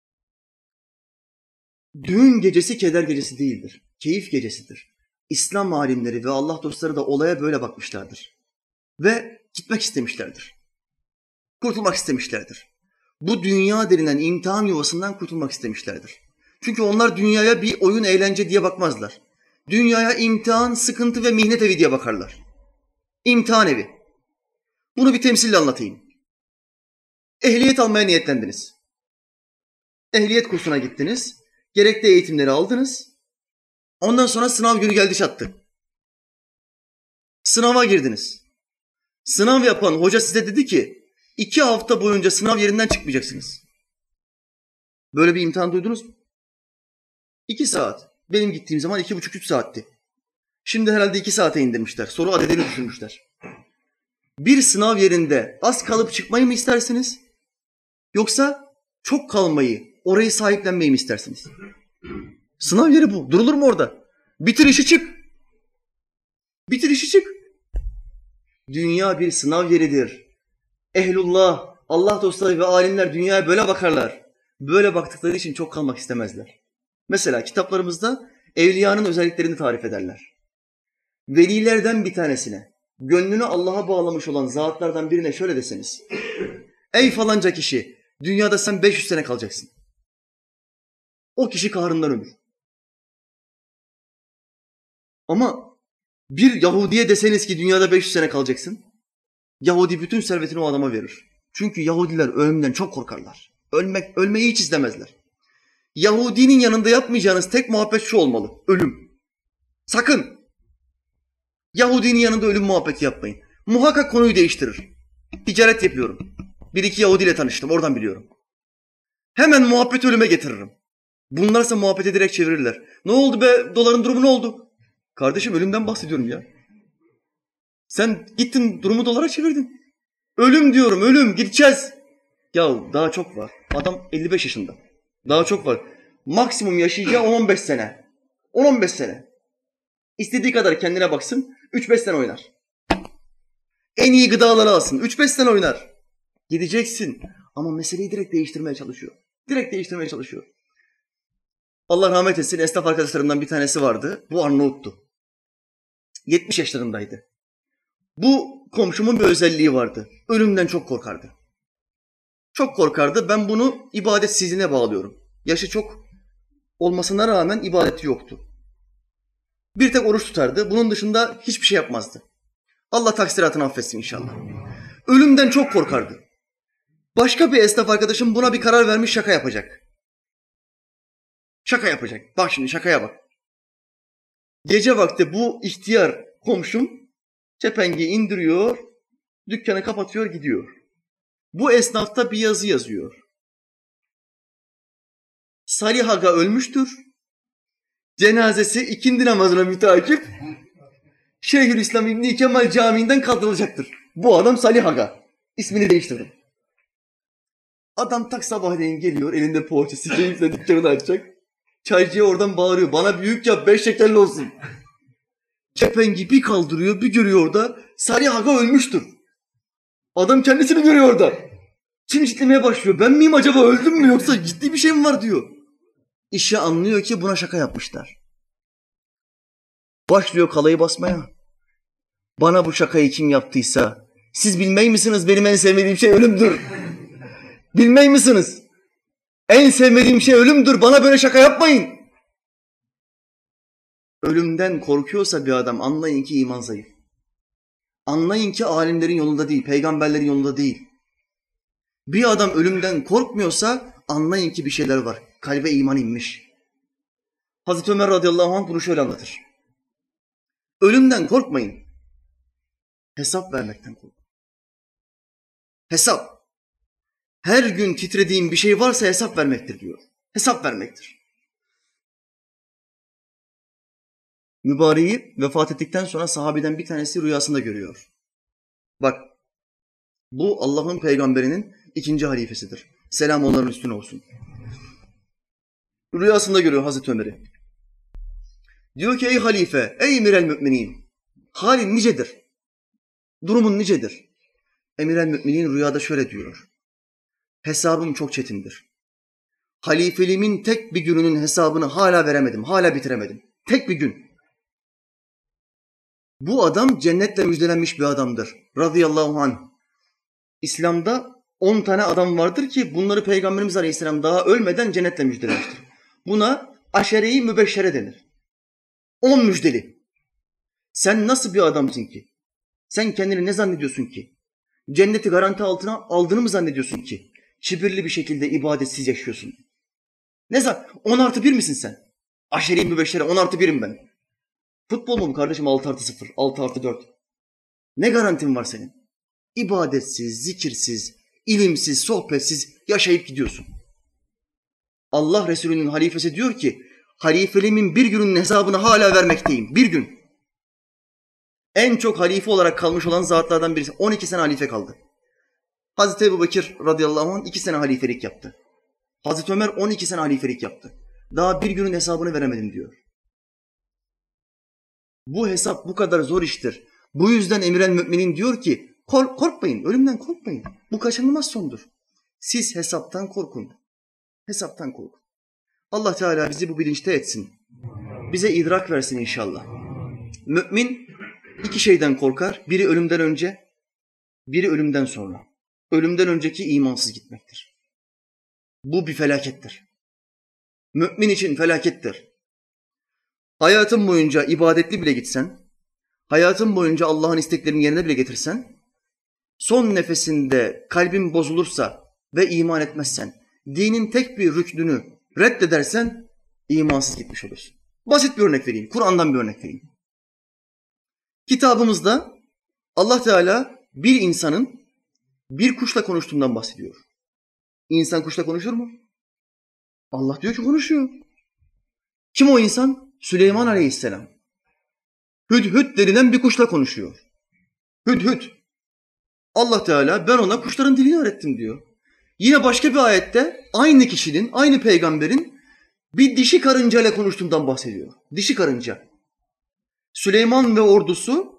düğün gecesi keder gecesi değildir. Keyif gecesidir. İslam alimleri ve Allah dostları da olaya böyle bakmışlardır. Ve gitmek istemişlerdir. Kurtulmak istemişlerdir. Bu dünya denilen imtihan yuvasından kurtulmak istemişlerdir. Çünkü onlar dünyaya bir oyun, eğlence diye bakmazlar. Dünyaya imtihan, sıkıntı ve mihnet evi diye bakarlar. İmtihan evi. Bunu bir temsille anlatayım. Ehliyet almaya niyetlendiniz. Ehliyet kursuna gittiniz. Gerekli eğitimleri aldınız. Ondan sonra sınav günü geldi çattı. Sınava girdiniz. Sınav yapan hoca size dedi ki 2 hafta boyunca sınav yerinden çıkmayacaksınız. Böyle bir imtihan duydunuz mu? 2 saat. Benim gittiğim zaman 2,5-3 saatti. Şimdi herhalde 2 saate indirmişler. Soru adedini düşürmüşler. Bir sınav yerinde az kalıp çıkmayı mı istersiniz? Yoksa çok kalmayı, orayı sahiplenmeyi mi istersiniz? Sınav yeri bu. Durulur mu orada? Bitir işi çık. Bitir işi çık. Dünya bir sınav yeridir. Ehlullah, Allah dostları ve alimler dünyaya böyle bakarlar. Böyle baktıkları için çok kalmak istemezler. Mesela kitaplarımızda evliyanın özelliklerini tarif ederler. Velilerden bir tanesine, gönlünü Allah'a bağlamış olan zatlardan birine şöyle deseniz: ey falanca kişi, dünyada sen 500 sene kalacaksın. O kişi kahrından ölür. Ama bir Yahudiye deseniz ki dünyada 500 sene kalacaksın, Yahudi bütün servetini o adama verir. Çünkü Yahudiler ölümden çok korkarlar. Ölmeyi hiç istemezler. Yahudinin yanında yapmayacağınız tek muhabbet şu olmalı: ölüm. Sakın! Yahudinin yanında ölüm muhabbeti yapmayın. Muhakkak konuyu değiştirir. Ticaret yapıyorum. 1-2 Yahudi ile tanıştım, oradan biliyorum. Hemen muhabbeti ölüme getiririm. Bunlarsa muhabbeti direkt çevirirler. Ne oldu be, doların durumu ne oldu? Kardeşim, ölümden bahsediyorum ya. Sen gittin durumu dolara çevirdin. Ölüm diyorum, ölüm, gideceğiz. Ya daha çok var. Adam 55 yaşında. Daha çok var. Maksimum yaşayacağı 10-15 sene. 10-15 sene. İstediği kadar kendine baksın, 3-5 sene oynar. En iyi gıdaları alsın, 3-5 sene oynar. Gideceksin. Ama meseleyi direkt değiştirmeye çalışıyor. Direkt değiştirmeye çalışıyor. Allah rahmet etsin, esnaf arkadaşlarımdan bir tanesi vardı. Bu Arnavut'tu. 70 yaşlarındaydı. Bu komşumun bir özelliği vardı. Ölümden çok korkardı. Çok korkardı. Ben bunu ibadetsizliğine bağlıyorum. Yaşı çok olmasına rağmen ibadeti yoktu. Bir tek oruç tutardı. Bunun dışında hiçbir şey yapmazdı. Allah taksiratını affetsin inşallah. Ölümden çok korkardı. Başka bir esnaf arkadaşım buna bir karar vermiş, şaka yapacak. Şaka yapacak. Bak şimdi şakaya bak. Gece vakti bu ihtiyar komşum kepengi indiriyor, dükkanı kapatıyor, gidiyor. Bu esnafta bir yazı yazıyor. Salih Aga ölmüştür. Cenazesi ikindi namazına müteakip Şeyhülislam İbni Kemal Camii'nden kaldırılacaktır. Bu adam Salih Aga. İsmini değiştirdim. Adam tak sabahleyin geliyor, elinde poğaçası, keyifle dükkanını açacak. Çaycıya oradan bağırıyor: bana büyük yap, 5 şekerli olsun. Kepengi bir kaldırıyor, bir görüyor orada Salih Aga ölmüştür. Adam kendisini görüyor orada. Çimciklemeye başlıyor. Ben miyim acaba, öldüm mü yoksa ciddi bir şey mi var diyor. İşi anlıyor ki buna şaka yapmışlar. Başlıyor kalayı basmaya. Bana bu şakayı kim yaptıysa, siz bilmey misiniz benim en sevmediğim şey ölümdür? Bilmey misiniz? En sevmediğim şey ölümdür. Bana böyle şaka yapmayın. Ölümden korkuyorsa bir adam, anlayın ki iman zayıf. Anlayın ki alimlerin yolunda değil, peygamberlerin yolunda değil. Bir adam ölümden korkmuyorsa anlayın ki bir şeyler var. Kalbe iman inmiş. Hazreti Ömer radıyallahu anh bunu şöyle anlatır: ölümden korkmayın. Hesap vermekten korkun. Hesap. Her gün titrediğin bir şey varsa hesap vermektir diyor. Hesap vermektir. mübareği vefat ettikten sonra sahabeden bir tanesi rüyasında görüyor. Bak, bu Allah'ın peygamberinin ikinci halifesidir. Selam onların üstüne olsun. Rüyasında görüyor Hazreti Ömer'i. Diyor ki ey halife, ey emir el müminin, halin nicedir? Durumun nicedir? Emir el müminin rüyada şöyle diyor. Hesabım çok çetindir. Halifeliğimin tek bir gününün hesabını hala veremedim, hala bitiremedim. Tek bir gün. Bu adam cennetle müjdelenmiş bir adamdır. Radıyallahu anh. İslam'da 10 tane adam vardır ki bunları Peygamberimiz Aleyhisselam daha ölmeden cennetle müjdelemiştir. Buna aşere-i mübeşşere denir. 10 müjdeli. Sen nasıl bir adamsın ki? Sen kendini ne zannediyorsun ki? Cenneti garanti altına aldığını mı zannediyorsun ki? Kibirli bir şekilde ibadetsiz yaşıyorsun. Ne zaman? 10+1 misin sen? Aşere-i mübeşşere 10+1'im ben. Futbol mu bu kardeşim 6+0, 6+4? Ne garantin var senin? İbadetsiz, zikirsiz, ilimsiz, sohbetsiz yaşayıp gidiyorsun. Allah Resulü'nün halifesi diyor ki, halifeliğimin bir günün hesabını hala vermekteyim. Bir gün. En çok halife olarak kalmış olan zatlardan birisi. 12 sene halife kaldı. Hazreti Ebubekir radıyallahu anh 2 sene halifelik yaptı. Hazreti Ömer 12 sene halifelik yaptı. Daha bir günün hesabını veremedim diyor. Bu hesap bu kadar zor iştir. Bu yüzden Emir el Müminin diyor ki, korkmayın, ölümden korkmayın. Bu kaçınılmaz sondur. Siz hesaptan korkun. Hesaptan korkun. Allah Teala bizi bu bilinçte etsin. Bize idrak versin inşallah. Mümin 2 şeyden korkar. Biri ölümden önce, biri ölümden sonra. Ölümden önceki imansız gitmektir. Bu bir felakettir. Mümin için felakettir. Hayatın boyunca ibadetli bile gitsen, hayatın boyunca Allah'ın isteklerini yerine bile getirsen, son nefesinde kalbin bozulursa ve iman etmezsen, dinin tek bir rüknünü reddedersen, imansız gitmiş olursun. Basit bir örnek vereyim, Kur'an'dan bir örnek vereyim. Kitabımızda Allah Teala bir insanın bir kuşla konuştuğundan bahsediyor. İnsan kuşla konuşur mu? Allah diyor ki konuşuyor. Kim o insan? Süleyman Aleyhisselam. Hüdhüd denilen bir kuşla konuşuyor. Hüdhüd. Allah Teala ben ona kuşların dilini öğrettim diyor. Yine başka bir ayette aynı kişinin, aynı peygamberin bir dişi karınca ile konuştuğundan bahsediyor. Dişi karınca. Süleyman ve ordusu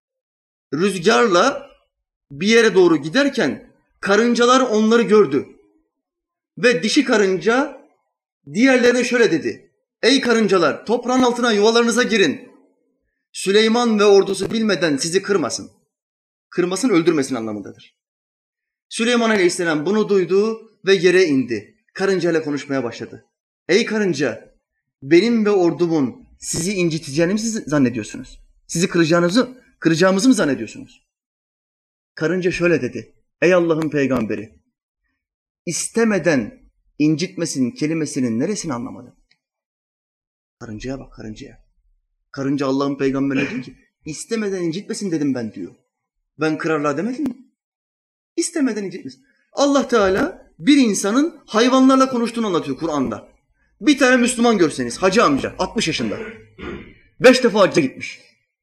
rüzgarla bir yere doğru giderken karıncalar onları gördü. Ve dişi karınca diğerlerine şöyle dedi. Ey karıncalar, toprağın altına yuvalarınıza girin. Süleyman ve ordusu bilmeden sizi kırmasın. Kırmasın, öldürmesin anlamındadır. Süleyman Aleyhisselam bunu duydu ve yere indi. Karınca ile konuşmaya başladı. Ey karınca, benim ve ordumun sizi inciteceğini mi zannediyorsunuz? Sizi kıracağımızı mı zannediyorsunuz? Karınca şöyle dedi. Ey Allah'ın peygamberi, istemeden incitmesin kelimesinin neresini anlamadım? Karıncaya bak, karıncaya. Karınca Allah'ın peygamberine diyor ki, istemeden incitmesin dedim ben diyor. Ben kırarlar demedim mi? İstemeden incitmesin. Allah Teala bir insanın hayvanlarla konuştuğunu anlatıyor Kur'an'da. Bir tane Müslüman görseniz, hacı amca, 60 yaşında. 5 defa hacca gitmiş.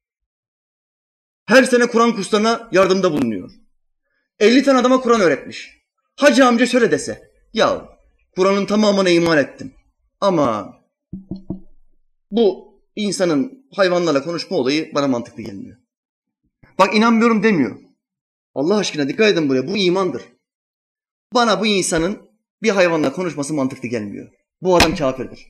Her sene Kur'an kurslarına yardımda bulunuyor. 50 tane adama Kur'an öğretmiş. Hacı amca şöyle dese, ya Kur'an'ın tamamına iman ettim. Ama bu insanın hayvanlarla konuşma olayı bana mantıklı gelmiyor. Bak inanmıyorum demiyor. Allah aşkına dikkat edin buraya, bu imandır. Bana bu insanın bir hayvanla konuşması mantıklı gelmiyor. Bu adam kafirdir.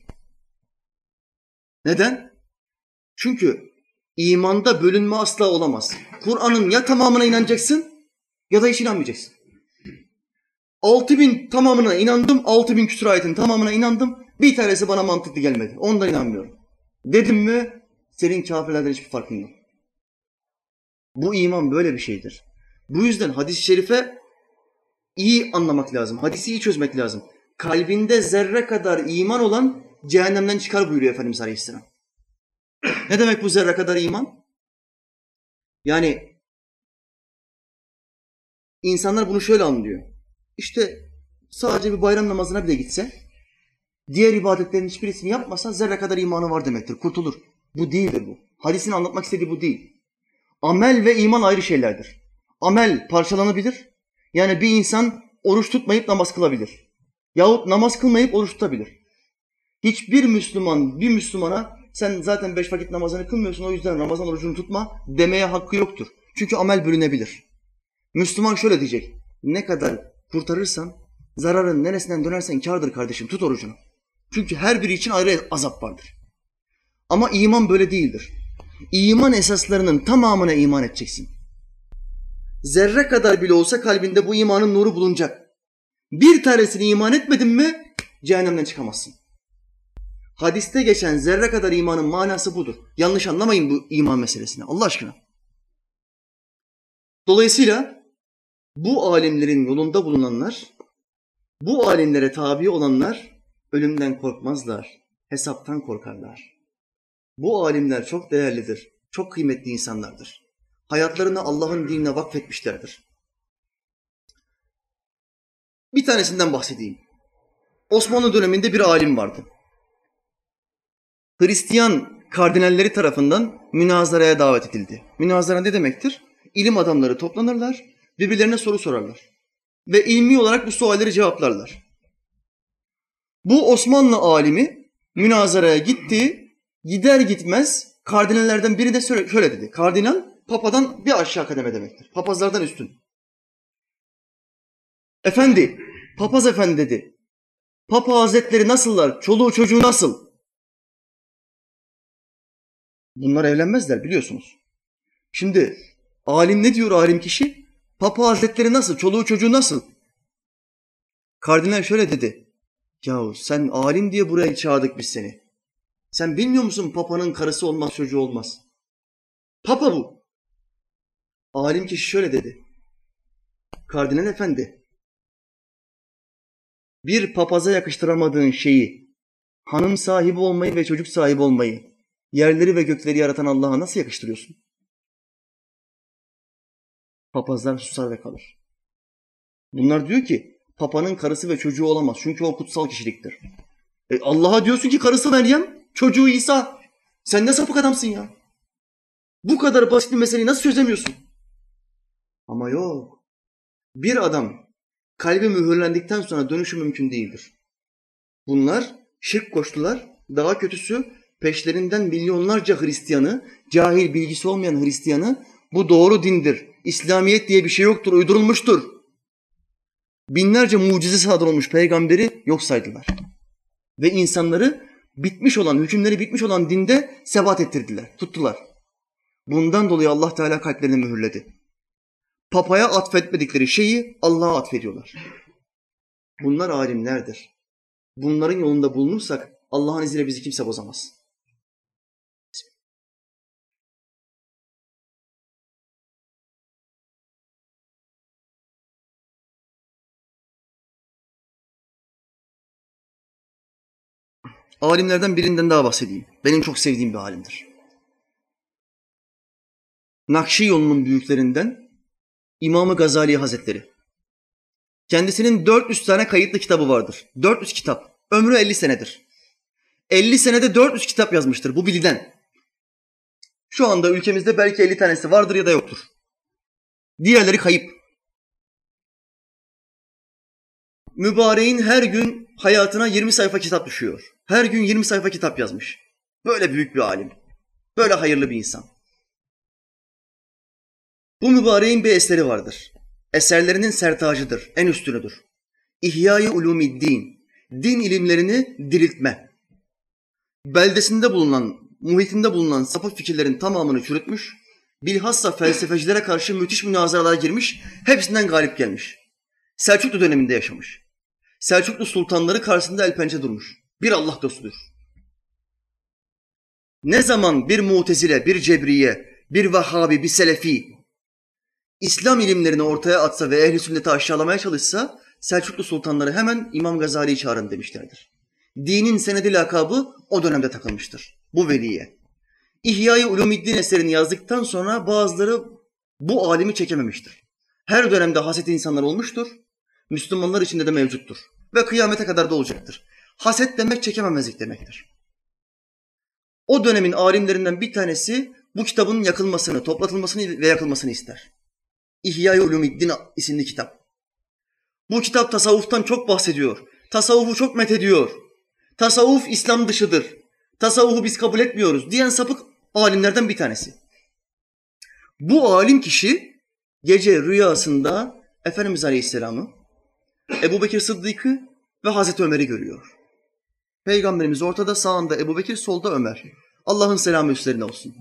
Neden? Çünkü imanda bölünme asla olamaz. Kur'an'ın ya tamamına inanacaksın ya da hiç inanmayacaksın. 6000 tamamına inandım, 6000 küsur ayetin tamamına inandım. Bir tanesi bana mantıklı gelmedi. Ondan inanmıyorum. Dedim mi senin kafirlerden hiçbir farkın yok. Bu iman böyle bir şeydir. Bu yüzden hadis-i şerife iyi anlamak lazım. Hadisi iyi çözmek lazım. Kalbinde zerre kadar iman olan cehennemden çıkar buyuruyor Efendimiz Aleyhisselam. Ne demek bu zerre kadar iman? Yani insanlar bunu şöyle anlıyor. İşte sadece bir bayram namazına bile gitse, diğer ibadetlerin hiçbirisini yapmasa zerre kadar imanı var demektir. Kurtulur. Bu değildir bu. Hadisin anlatmak istediği bu değil. Amel ve iman ayrı şeylerdir. Amel parçalanabilir. Yani bir insan oruç tutmayıp namaz kılabilir. Yahut namaz kılmayıp oruç tutabilir. Hiçbir Müslüman bir Müslümana sen zaten 5 vakit namazını kılmıyorsun o yüzden Ramazan orucunu tutma demeye hakkı yoktur. Çünkü amel bölünebilir. Müslüman şöyle diyecek. Ne kadar kurtarırsan zararın neresinden dönersen kârdır kardeşim, tut orucunu. Çünkü her biri için ayrı azap vardır. Ama iman böyle değildir. İman esaslarının tamamına iman edeceksin. Zerre kadar bile olsa kalbinde bu imanın nuru bulunacak. Bir tanesini iman etmedin mi cehennemden çıkamazsın. Hadiste geçen zerre kadar imanın manası budur. Yanlış anlamayın bu iman meselesini Allah aşkına. Dolayısıyla bu alimlerin yolunda bulunanlar, bu alimlere tabi olanlar ölümden korkmazlar, hesaptan korkarlar. Bu alimler çok değerlidir, çok kıymetli insanlardır. Hayatlarını Allah'ın dinine vakfetmişlerdir. Bir tanesinden bahsedeyim. Osmanlı döneminde bir alim vardı. Hristiyan kardinalleri tarafından münazaraya davet edildi. Münazara ne demektir? İlim adamları toplanırlar, birbirlerine soru sorarlar. Ve ilmi olarak bu sualleri cevaplarlar. Bu Osmanlı alimi münazaraya gitti, gider gitmez kardinallerden biri de şöyle dedi. Kardinal, papadan bir aşağı kademe demektir. Papazlardan üstün. Efendi, papaz efendi dedi. Papa hazretleri nasıllar, çoluğu çocuğu nasıl? Bunlar evlenmezler biliyorsunuz. Şimdi alim ne diyor alim kişi? Papa hazretleri nasıl, çoluğu çocuğu nasıl? Kardinal şöyle dedi. Yahu sen alim diye buraya çağırdık biz seni. Sen bilmiyor musun papanın karısı olmaz, çocuğu olmaz. Papa bu. Alim kişi şöyle dedi. Kardinal efendi, bir papaza yakıştıramadığın şeyi, hanım sahibi olmayı ve çocuk sahibi olmayı, yerleri ve gökleri yaratan Allah'a nasıl yakıştırıyorsun? Papazlar susar ve kalır. Bunlar diyor ki, papanın karısı ve çocuğu olamaz. Çünkü o kutsal kişiliktir. Allah'a diyorsun ki karısı Meryem, çocuğu İsa. Sen ne sapık adamsın ya. Bu kadar basit bir meseleyi nasıl çözemiyorsun? Ama yok. Bir adam kalbi mühürlendikten sonra dönüşü mümkün değildir. Bunlar şirk koştular. Daha kötüsü peşlerinden milyonlarca Hristiyanı, cahil bilgisi olmayan Hristiyanı bu doğru dindir, İslamiyet diye bir şey yoktur, uydurulmuştur. Binlerce mucize sadır olmuş peygamberi yok saydılar. Ve insanları bitmiş olan, hükümleri bitmiş olan dinde sebat ettirdiler, tuttular. Bundan dolayı Allah Teala kalplerini mühürledi. Papaya atfetmedikleri şeyi Allah'a atfediyorlar. Bunlar alimlerdir. Bunların yolunda bulunursak Allah'ın izniyle bizi kimse bozamaz. Alimlerden birinden daha bahsedeyim. Benim çok sevdiğim bir alimdir. Nakşi yolunun büyüklerinden İmam-ı Gazali Hazretleri. Kendisinin 400 tane kayıtlı kitabı vardır. 400 kitap. Ömrü 50 senedir. 50 senede 400 kitap yazmıştır. Bu bilinen. Şu anda ülkemizde belki 50 tanesi vardır ya da yoktur. Diğerleri kayıp. Mübareğin her gün hayatına 20 sayfa kitap düşüyor. Her gün 20 sayfa kitap yazmış. Böyle büyük bir alim. Böyle hayırlı bir insan. Bu mübareğin bir eseri vardır. Eserlerinin sertacıdır, en üstünüdür. İhya-i Ulumiddin, din ilimlerini diriltme. Beldesinde bulunan, muhitinde bulunan sapık fikirlerin tamamını çürütmüş, bilhassa felsefecilere karşı müthiş münazaralara girmiş, hepsinden galip gelmiş. Selçuklu döneminde yaşamış. Selçuklu sultanları karşısında el pençe durmuş. Bir Allah dostudur. Ne zaman bir Mu'tezile, bir Cebriye, bir Vehhabi, bir Selefi İslam ilimlerini ortaya atsa ve ehl-i sünneti aşağılamaya çalışsa Selçuklu sultanları hemen İmam Gazali'yi çağırın demişlerdir. Dinin senedi lakabı o dönemde takılmıştır. Bu veliye. İhya-i Ulumiddin eserini yazdıktan sonra bazıları bu alimi çekememiştir. Her dönemde haset insanlar olmuştur. Müslümanlar içinde de mevcuttur. Ve kıyamete kadar da olacaktır. Haset demek çekememezlik demektir. O dönemin alimlerinden bir tanesi bu kitabın yakılmasını, toplatılmasını ve yakılmasını ister. İhya-i Ulumuddin isimli kitap. Bu kitap tasavvuftan çok bahsediyor. Tasavvufu çok methediyor. Tasavvuf İslam dışıdır. Tasavvufu biz kabul etmiyoruz diyen sapık alimlerden bir tanesi. Bu alim kişi gece rüyasında Efendimiz Aleyhisselam'ı, Ebubekir Sıddık'ı ve Hazreti Ömer'i görüyor. Peygamberimiz ortada, sağında Ebubekir, solda Ömer. Allah'ın selamı üstlerine olsun.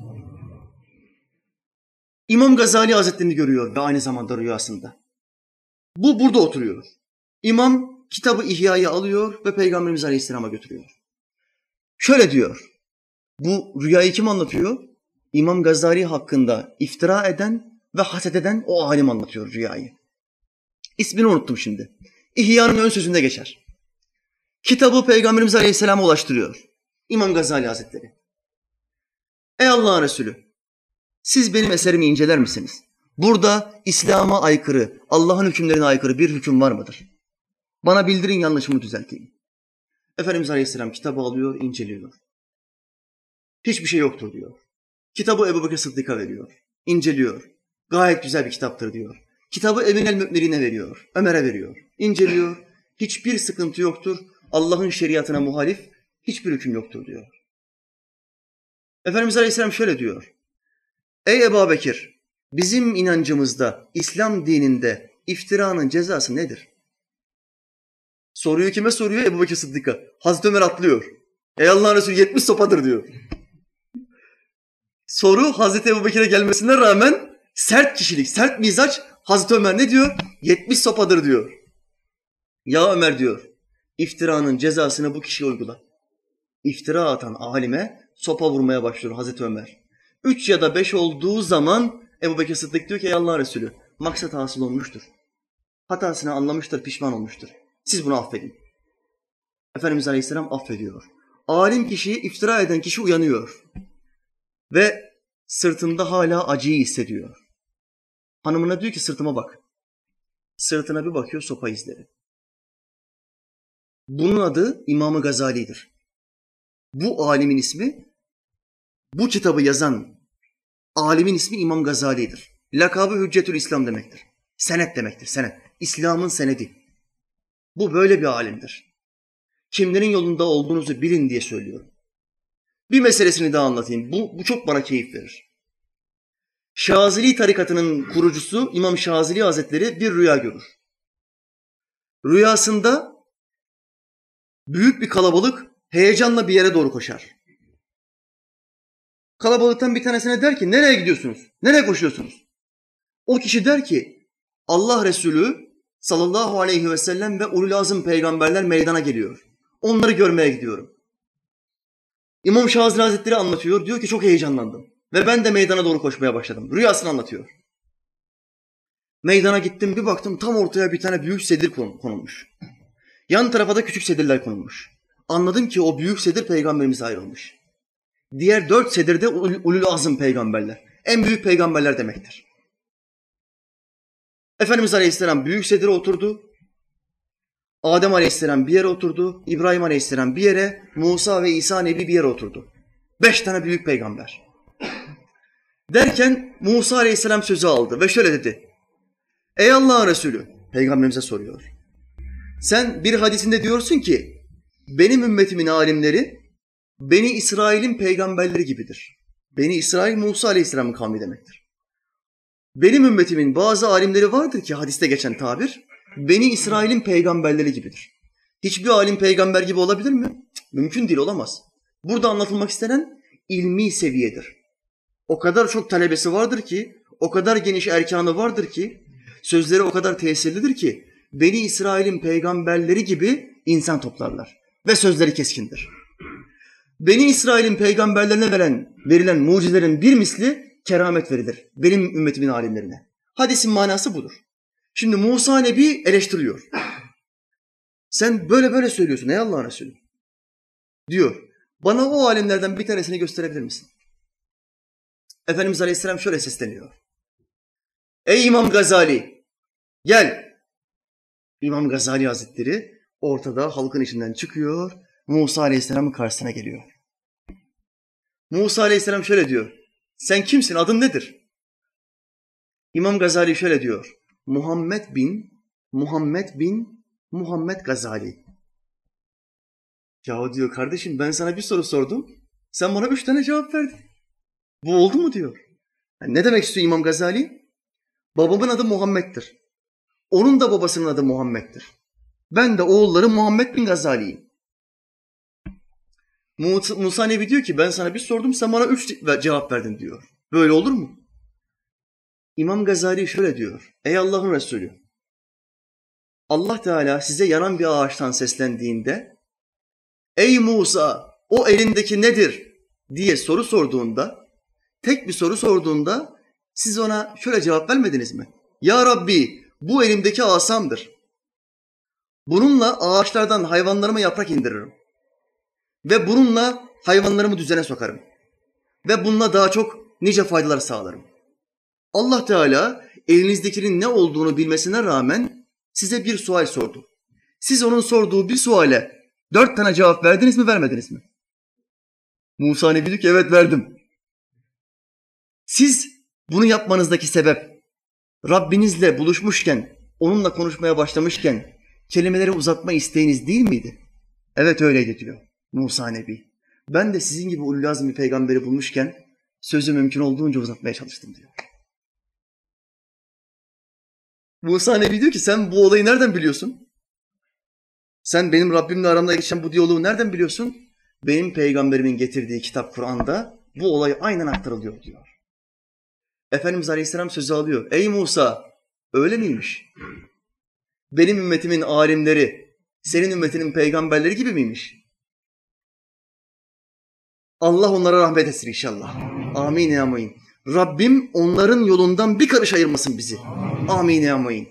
İmam Gazali Hazretleri'ni görüyor ve aynı zamanda rüyasında. Bu burada oturuyor. İmam kitabı İhya'yı alıyor ve Peygamberimiz Aleyhisselam'a götürüyor. Şöyle diyor, bu rüyayı kim anlatıyor? İmam Gazali hakkında iftira eden ve haset eden o alim anlatıyor rüyayı. İsmini unuttum şimdi. İhya'nın ön sözünde geçer. Kitabı Peygamberimiz Aleyhisselam'a ulaştırıyor İmam Gazali Hazretleri. Ey Allah'ın Resulü, siz benim eserimi inceler misiniz? Burada İslam'a aykırı, Allah'ın hükümlerine aykırı bir hüküm var mıdır? Bana bildirin, yanlışımı düzelteyim. Efendimiz Aleyhisselam kitabı alıyor, inceliyor. Hiçbir şey yoktur diyor. Kitabı Ebubekir Sıddık'a veriyor, inceliyor. Gayet güzel bir kitaptır diyor. Kitabı Eminel Mü'minine veriyor, Ömer'e veriyor, inceliyor. Hiçbir sıkıntı yoktur, Allah'ın şeriatına muhalif hiçbir hüküm yoktur diyor. Efendimiz Aleyhisselam şöyle diyor. Ey Ebu Bekir, bizim inancımızda, İslam dininde iftiranın cezası nedir? Soruyu kime soruyor? Ebu Bekir Sıddık'a. Hazreti Ömer atlıyor. Ey Allah'ın Resulü 70 sopadır diyor. Soru Hazreti Ebu Bekir'e gelmesine rağmen sert kişilik, sert mizaç Hazreti Ömer ne diyor? 70 sopadır diyor. Ya Ömer diyor, iftiranın cezasını bu kişiye uygula. İftira atan alime sopa vurmaya başlıyor Hazreti Ömer. 3 ya da 5 olduğu zaman Ebu Bekir Sıddık diyor ki ey Allah'ın Resulü, maksat hasıl olmuştur. Hatasını anlamıştır, pişman olmuştur. Siz bunu affedin. Efendimiz Aleyhisselam affediyor. Alim kişiyi, iftira eden kişi uyanıyor. Ve sırtında hala acıyı hissediyor. Hanımına diyor ki sırtıma bak. Sırtına bir bakıyor, sopa izleri. Bunun adı İmam-ı Gazali'dir. Bu alimin ismi, bu kitabı yazan alimin ismi İmam Gazali'dir. Lakabı Hüccetül İslam demektir. Senet demektir, senet. İslam'ın senedi. Bu böyle bir alimdir. Kimlerin yolunda olduğunuzu bilin diye söylüyorum. Bir meselesini daha anlatayım. Bu çok bana keyif verir. Şazili tarikatının kurucusu İmam Şazili Hazretleri bir rüya görür. Rüyasında büyük bir kalabalık heyecanla bir yere doğru koşar. Kalabalıktan bir tanesine der ki nereye gidiyorsunuz? Nereye koşuyorsunuz? O kişi der ki Allah Resulü sallallahu aleyhi ve sellem ve ulul azım peygamberler meydana geliyor. Onları görmeye gidiyorum. İmam Şazili Hazretleri anlatıyor. Diyor ki çok heyecanlandım. Ve ben de meydana doğru koşmaya başladım. Rüyasını anlatıyor. Meydana gittim, bir baktım tam ortaya bir tane büyük sedir konulmuş. Yan tarafa da küçük sedirler konulmuş. Anladım ki o büyük sedir peygamberimize ayrılmış. Diğer 4 sedir de ulul azım peygamberler. En büyük peygamberler demektir. Efendimiz Aleyhisselam büyük sedire oturdu. Adem Aleyhisselam bir yere oturdu. İbrahim Aleyhisselam bir yere. Musa ve İsa Nebi bir yere oturdu. 5 tane büyük peygamber. Derken Musa Aleyhisselam sözü aldı ve şöyle dedi. Ey Allah'ın Resulü, peygamberimize soruyor. Sen bir hadisinde diyorsun ki benim ümmetimin alimleri Beni İsrail'in peygamberleri gibidir. Beni İsrail Musa Aleyhisselam'ın kavmi demektir. Benim ümmetimin bazı alimleri vardır ki hadiste geçen tabir Beni İsrail'in peygamberleri gibidir. Hiçbir alim peygamber gibi olabilir mi? Mümkün değil, olamaz. Burada anlatılmak istenen ilmi seviyedir. O kadar çok talebesi vardır ki, o kadar geniş erkanı vardır ki, sözleri o kadar tesirlidir ki Beni İsrail'in peygamberleri gibi insan toplarlar ve sözleri keskindir. Beni İsrail'in peygamberlerine verilen mucizelerin bir misli keramet verilir benim ümmetimin alimlerine. Hadisin manası budur. Şimdi Musa Nebi eleştiriyor. Sen böyle söylüyorsun ey Allah'ın Resulü. Diyor. Bana o alimlerden bir tanesini gösterebilir misin? Efendimiz Aleyhisselam şöyle sesleniyor. Ey İmam Gazali, gel. İmam Gazali Hazretleri ortada halkın içinden çıkıyor. Musa Aleyhisselam'ın karşısına geliyor. Musa Aleyhisselam şöyle diyor. Sen kimsin? Adın nedir? İmam Gazali şöyle diyor. Muhammed Gazali. Ya diyor kardeşim ben sana bir soru sordum. Sen bana 3 tane cevap verdin. Bu oldu mu diyor. Yani ne demek istiyor İmam Gazali? Babamın adı Muhammed'dir. Onun da babasının adı Muhammed'dir. Ben de oğulları Muhammed bin Gazali'yim. Musa Nebi diyor ki ben sana bir sordum sen bana 3 cevap verdin diyor. Böyle olur mu? İmam Gazali şöyle diyor. Ey Allah'ın Resulü. Allah Teala size yanan bir ağaçtan seslendiğinde ey Musa o elindeki nedir diye soru sorduğunda tek bir soru sorduğunda siz ona şöyle cevap vermediniz mi? Ya Rabbi bu elimdeki asamdır. Bununla ağaçlardan hayvanlarıma yaprak indiririm. Ve bununla hayvanlarımı düzene sokarım. Ve bununla daha çok nice faydalar sağlarım. Allah Teala elinizdekinin ne olduğunu bilmesine rağmen size bir sual sordu. Siz onun sorduğu bir suale 4 tane cevap verdiniz mi vermediniz mi? Musa Nebi diyor ki evet verdim. Siz bunu yapmanızdaki sebep Rabbinizle buluşmuşken, onunla konuşmaya başlamışken kelimeleri uzatma isteğiniz değil miydi? Evet öyleydi diyor Musa Nebi. Ben de sizin gibi ulul azm bir peygamberi bulmuşken sözü mümkün olduğunca uzatmaya çalıştım diyor. Musa Nebi diyor ki sen bu olayı nereden biliyorsun? Sen benim Rabbimle aramda geçen bu diyaloğu nereden biliyorsun? Benim peygamberimin getirdiği kitap Kur'an'da bu olay aynen aktarılıyor diyor. Efendimiz Aleyhisselam sözü alıyor. Ey Musa öyle miymiş? Benim ümmetimin alimleri senin ümmetinin peygamberleri gibi miymiş? Allah onlara rahmet etsin inşallah. Amin ya amin. Rabbim onların yolundan bir karış ayırmasın bizi. Amin ya amin.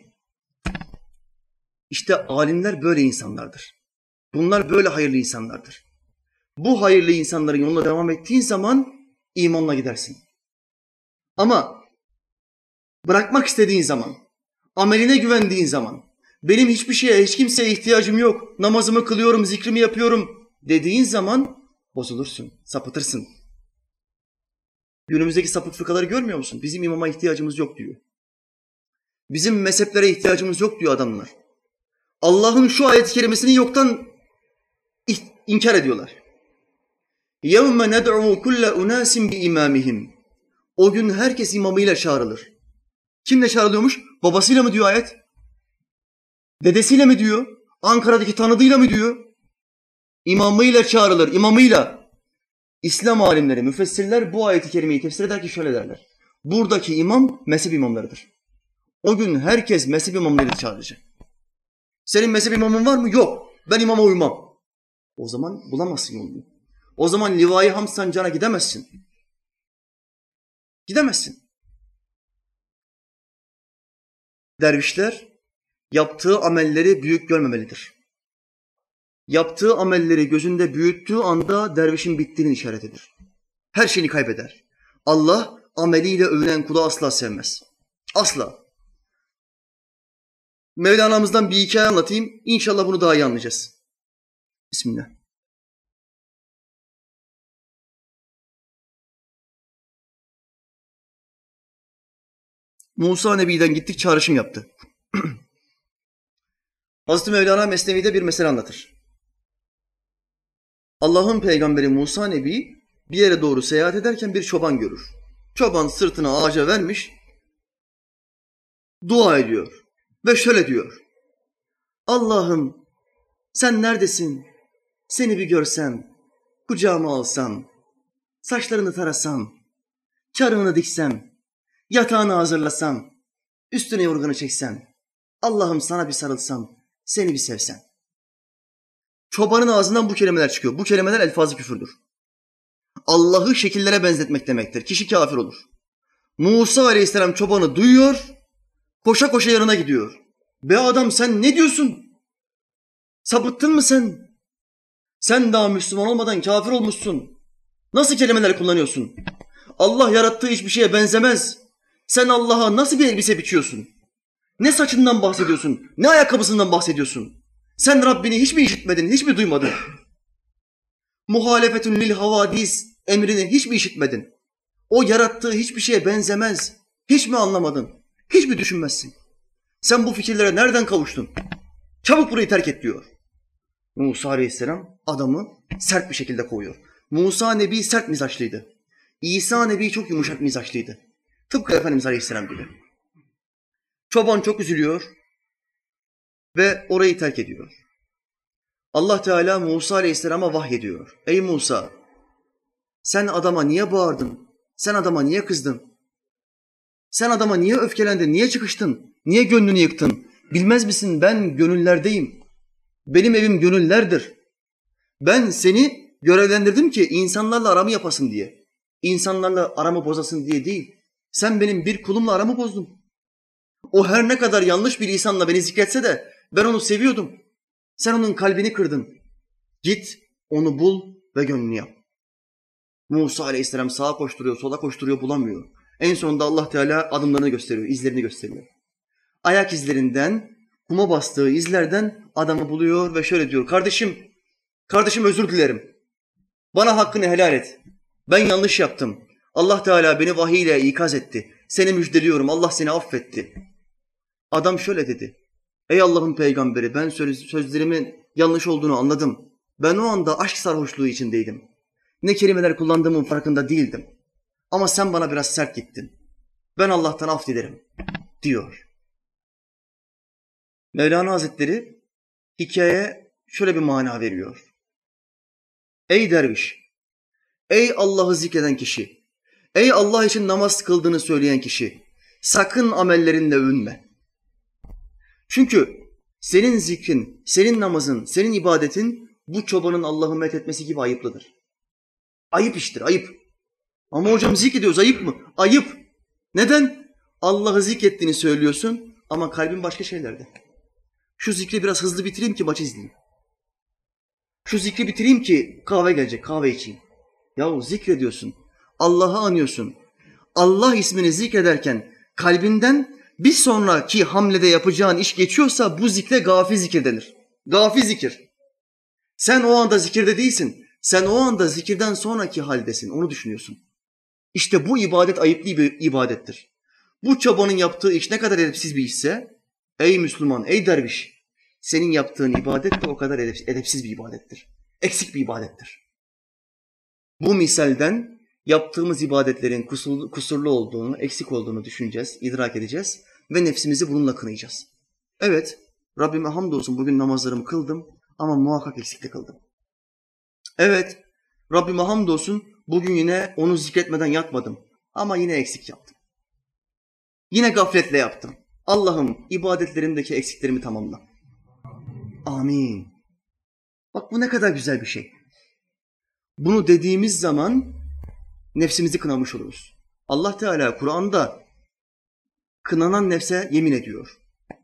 İşte alimler böyle insanlardır. Bunlar böyle hayırlı insanlardır. Bu hayırlı insanların yoluna devam ettiğin zaman imanla gidersin. Ama bırakmak istediğin zaman, ameline güvendiğin zaman, benim hiçbir şeye, hiç kimseye ihtiyacım yok, namazımı kılıyorum, zikrimi yapıyorum dediğin zaman bozulursun, sapıtırsın. Günümüzdeki sapık fırkaları görmüyor musun? Bizim imama ihtiyacımız yok diyor. Bizim mezheplere ihtiyacımız yok diyor adamlar. Allah'ın şu ayet-i kerimesini yoktan inkar ediyorlar. يَوْمَ نَدْعُوا كُلَّ اُنَاسٍ بِاِمَامِهِمْ O gün herkes imamıyla çağrılır. Kimle çağrılıyormuş? Babasıyla mı diyor ayet? Dedesiyle mi diyor? Ankara'daki tanıdığıyla mı diyor? İmamıyla çağrılır, imamıyla. İslam alimleri, müfessirler bu ayet-i kerimeyi tefsir eder ki şöyle derler. Buradaki imam mezhep imamlarıdır. O gün herkes mezhep imamlarıyla çağrılacak. Senin mezhep imamın var mı? Yok. Ben imama uymam. O zaman bulamazsın yolunu. O zaman Livai Hamd sancağına gidemezsin. Gidemezsin. Dervişler yaptığı amelleri büyük görmemelidir. Yaptığı amelleri gözünde büyüttüğü anda dervişin bittiğinin işaretidir. Her şeyini kaybeder. Allah ameliyle övünen kulu asla sevmez. Asla. Mevlana'mızdan bir hikaye anlatayım. İnşallah bunu daha iyi anlayacağız. Bismillah. Musa Nebi'den gittik çağrışım yaptı. Hazreti Mevlana Mesnevi'de bir mesele anlatır. Allah'ın peygamberi Musa Nebi bir yere doğru seyahat ederken bir çoban görür. Çoban sırtını ağaca vermiş, dua ediyor ve şöyle diyor. Allah'ım sen neredesin? Seni bir görsem, kucağıma alsam, saçlarını tarasam, çarığını diksem, yatağını hazırlasam, üstüne yorganı çeksem, Allah'ım sana bir sarılsam, seni bir sevsem. Çobanın ağzından bu kelimeler çıkıyor. Bu kelimeler elfaz-ı küfürdür. Allah'ı şekillere benzetmek demektir. Kişi kafir olur. Musa Aleyhisselam çobanı duyuyor, koşa koşa yanına gidiyor. Be adam sen ne diyorsun? Sapıttın mı sen? Sen daha Müslüman olmadan kafir olmuşsun. Nasıl kelimeler kullanıyorsun? Allah yarattığı hiçbir şeye benzemez. Sen Allah'a nasıl bir elbise biçiyorsun? Ne saçından bahsediyorsun? Ne ayakkabısından bahsediyorsun? Sen Rabbini hiç mi işitmedin, hiç mi duymadın? Muhalefetün lil havadis Emrini hiç mi işitmedin? O yarattığı hiçbir şeye benzemez. Hiç mi anlamadın? Hiç mi düşünmezsin? Sen bu fikirlere nereden kavuştun? Çabuk burayı terk et diyor. Musa Aleyhisselam adamı sert bir şekilde kovuyor. Musa Nebi sert mizaçlıydı. İsa Nebi çok yumuşak mizaçlıydı. Tıpkı Efendimiz Aleyhisselam gibi. Çoban çok üzülüyor ve orayı terk ediyor. Allah Teala Musa Aleyhisselam'a vahyediyor. Ey Musa, sen adama niye bağırdın? Sen adama niye kızdın? Sen adama niye öfkelendin? Niye çıkıştın? Niye gönlünü yıktın? Bilmez misin ben gönüllerdeyim. Benim evim gönüllerdir. Ben seni görevlendirdim ki insanlarla aramı yapasın diye. İnsanlarla aramı bozasın diye değil. Sen benim bir kulumla aramı bozdun. O her ne kadar yanlış bir insanla beni zikretse de ben onu seviyordum. Sen onun kalbini kırdın. Git onu bul ve gönlünü yap. Musa Aleyhisselam sağa koşturuyor, sola koşturuyor, bulamıyor. En sonunda Allah Teala adımlarını gösteriyor, izlerini gösteriyor. Ayak izlerinden, kuma bastığı izlerden adamı buluyor ve şöyle diyor. Kardeşim özür dilerim. Bana hakkını helal et. Ben yanlış yaptım. Allah Teala beni vahiy ile ikaz etti. Seni müjdeliyorum, Allah seni affetti. Adam şöyle dedi. Ey Allah'ın peygamberi, ben sözlerimin yanlış olduğunu anladım. Ben o anda aşk sarhoşluğu içindeydim. Ne kelimeler kullandığımın farkında değildim. Ama sen bana biraz sert gittin. Ben Allah'tan af dilerim, diyor. Mevlana Hazretleri hikayeye şöyle bir mana veriyor. Ey derviş, ey Allah'ı zikreden kişi, ey Allah için namaz kıldığını söyleyen kişi, sakın amellerinle övünme. Çünkü senin zikrin, senin namazın, senin ibadetin bu çobanın Allah'ı methetmesi gibi ayıplıdır. Ayıp iştir, ayıp. Ama hocam zikrediyoruz, ayıp mı? Ayıp. Neden? Allah'ı zikrettiğini söylüyorsun ama kalbin başka şeylerde. Şu zikri biraz hızlı bitireyim ki maçı izleyeyim. Şu zikri bitireyim ki kahve gelecek, kahve içeyim. Yahu zikrediyorsun, Allah'ı anıyorsun. Allah ismini zikrederken kalbinden bir sonraki hamlede yapacağın iş geçiyorsa bu zikre gafil zikir denir. Gafil zikir. Sen o anda zikirde değilsin. Sen o anda zikirden sonraki haldesin. Onu düşünüyorsun. İşte bu ibadet ayıplı bir ibadettir. Bu çobanın yaptığı iş ne kadar edepsiz bir işse, ey Müslüman, ey derviş, senin yaptığın ibadet de o kadar edepsiz bir ibadettir. Eksik bir ibadettir. Bu misalden yaptığımız ibadetlerin kusurlu olduğunu, eksik olduğunu düşüneceğiz, idrak edeceğiz ve nefsimizi bununla kınayacağız. Evet, Rabbime hamdolsun bugün namazlarımı kıldım ama muhakkak eksikle kıldım. Evet, Rabbime hamdolsun bugün yine onu zikretmeden yatmadım ama yine eksik yaptım. Yine gafletle yaptım. Allah'ım ibadetlerimdeki eksiklerimi tamamla. Amin. Bak bu ne kadar güzel bir şey. Bunu dediğimiz zaman nefsimizi kınamış oluruz. Allah Teala Kur'an'da kınanan nefse yemin ediyor.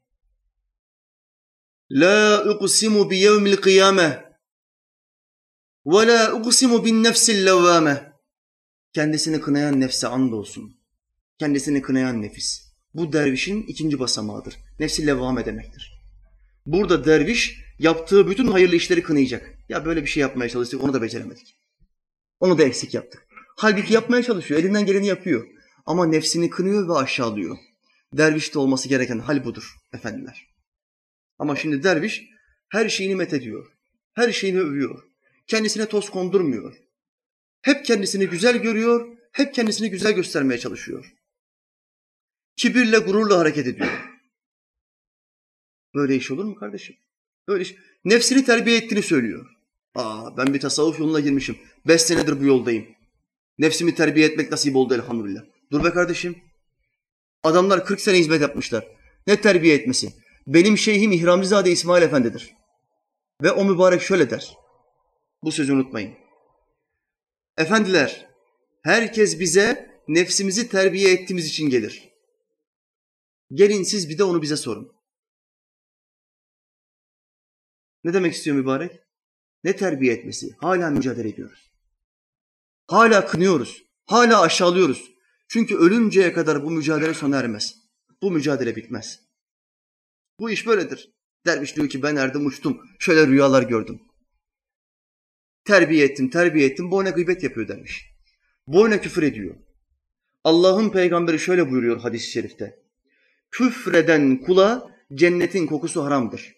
La uqsimu bi yevmil kıyame ve la uqsimu bin nefsil levvame. Kendisini kınayan nefse andolsun. Kendisini kınayan nefis. Bu dervişin ikinci basamağıdır. Nefsi levvame demektir. Burada derviş yaptığı bütün hayırlı işleri kınayacak. Ya böyle bir şey yapmaya çalıştık, onu da beceremedik. Onu da eksik yaptık. Halbuki yapmaya çalışıyor, elinden geleni yapıyor. Ama nefsini kınıyor ve aşağılıyor. Dervişte olması gereken hal budur efendiler. Ama şimdi derviş her şeyini methediyor. Her şeyini övüyor. Kendisine toz kondurmuyor. Hep kendisini güzel görüyor, hep kendisini güzel göstermeye çalışıyor. Kibirle, gururla hareket ediyor. Böyle iş olur mu kardeşim? Böyle iş. Nefsini terbiye ettiğini söylüyor. Ben bir tasavvuf yoluna girmişim. 5 senedir bu yoldayım. Nefsimi terbiye etmek nasip oldu elhamdülillah. Dur be kardeşim. Adamlar 40 sene hizmet yapmışlar. Ne terbiye etmesi? Benim şeyhim İhramcızade İsmail Efendi'dir. Ve o mübarek şöyle der. Bu sözü unutmayın. Efendiler, herkes bize nefsimizi terbiye ettiğimiz için gelir. Gelin siz bir de onu bize sorun. Ne demek istiyor mübarek? Ne terbiye etmesi? Hala mücadele ediyoruz. Hala kınıyoruz. Hala aşağılıyoruz. Çünkü ölünceye kadar bu mücadele sona ermez. Bu mücadele bitmez. Bu iş böyledir. Derviş diyor ki ben erdim uçtum. Şöyle rüyalar gördüm. terbiye ettim, boyuna gıybet yapıyor demiş. Boyuna küfür ediyor. Allah'ın peygamberi şöyle buyuruyor hadis-i şerifte. Küfreden kula cennetin kokusu haramdır.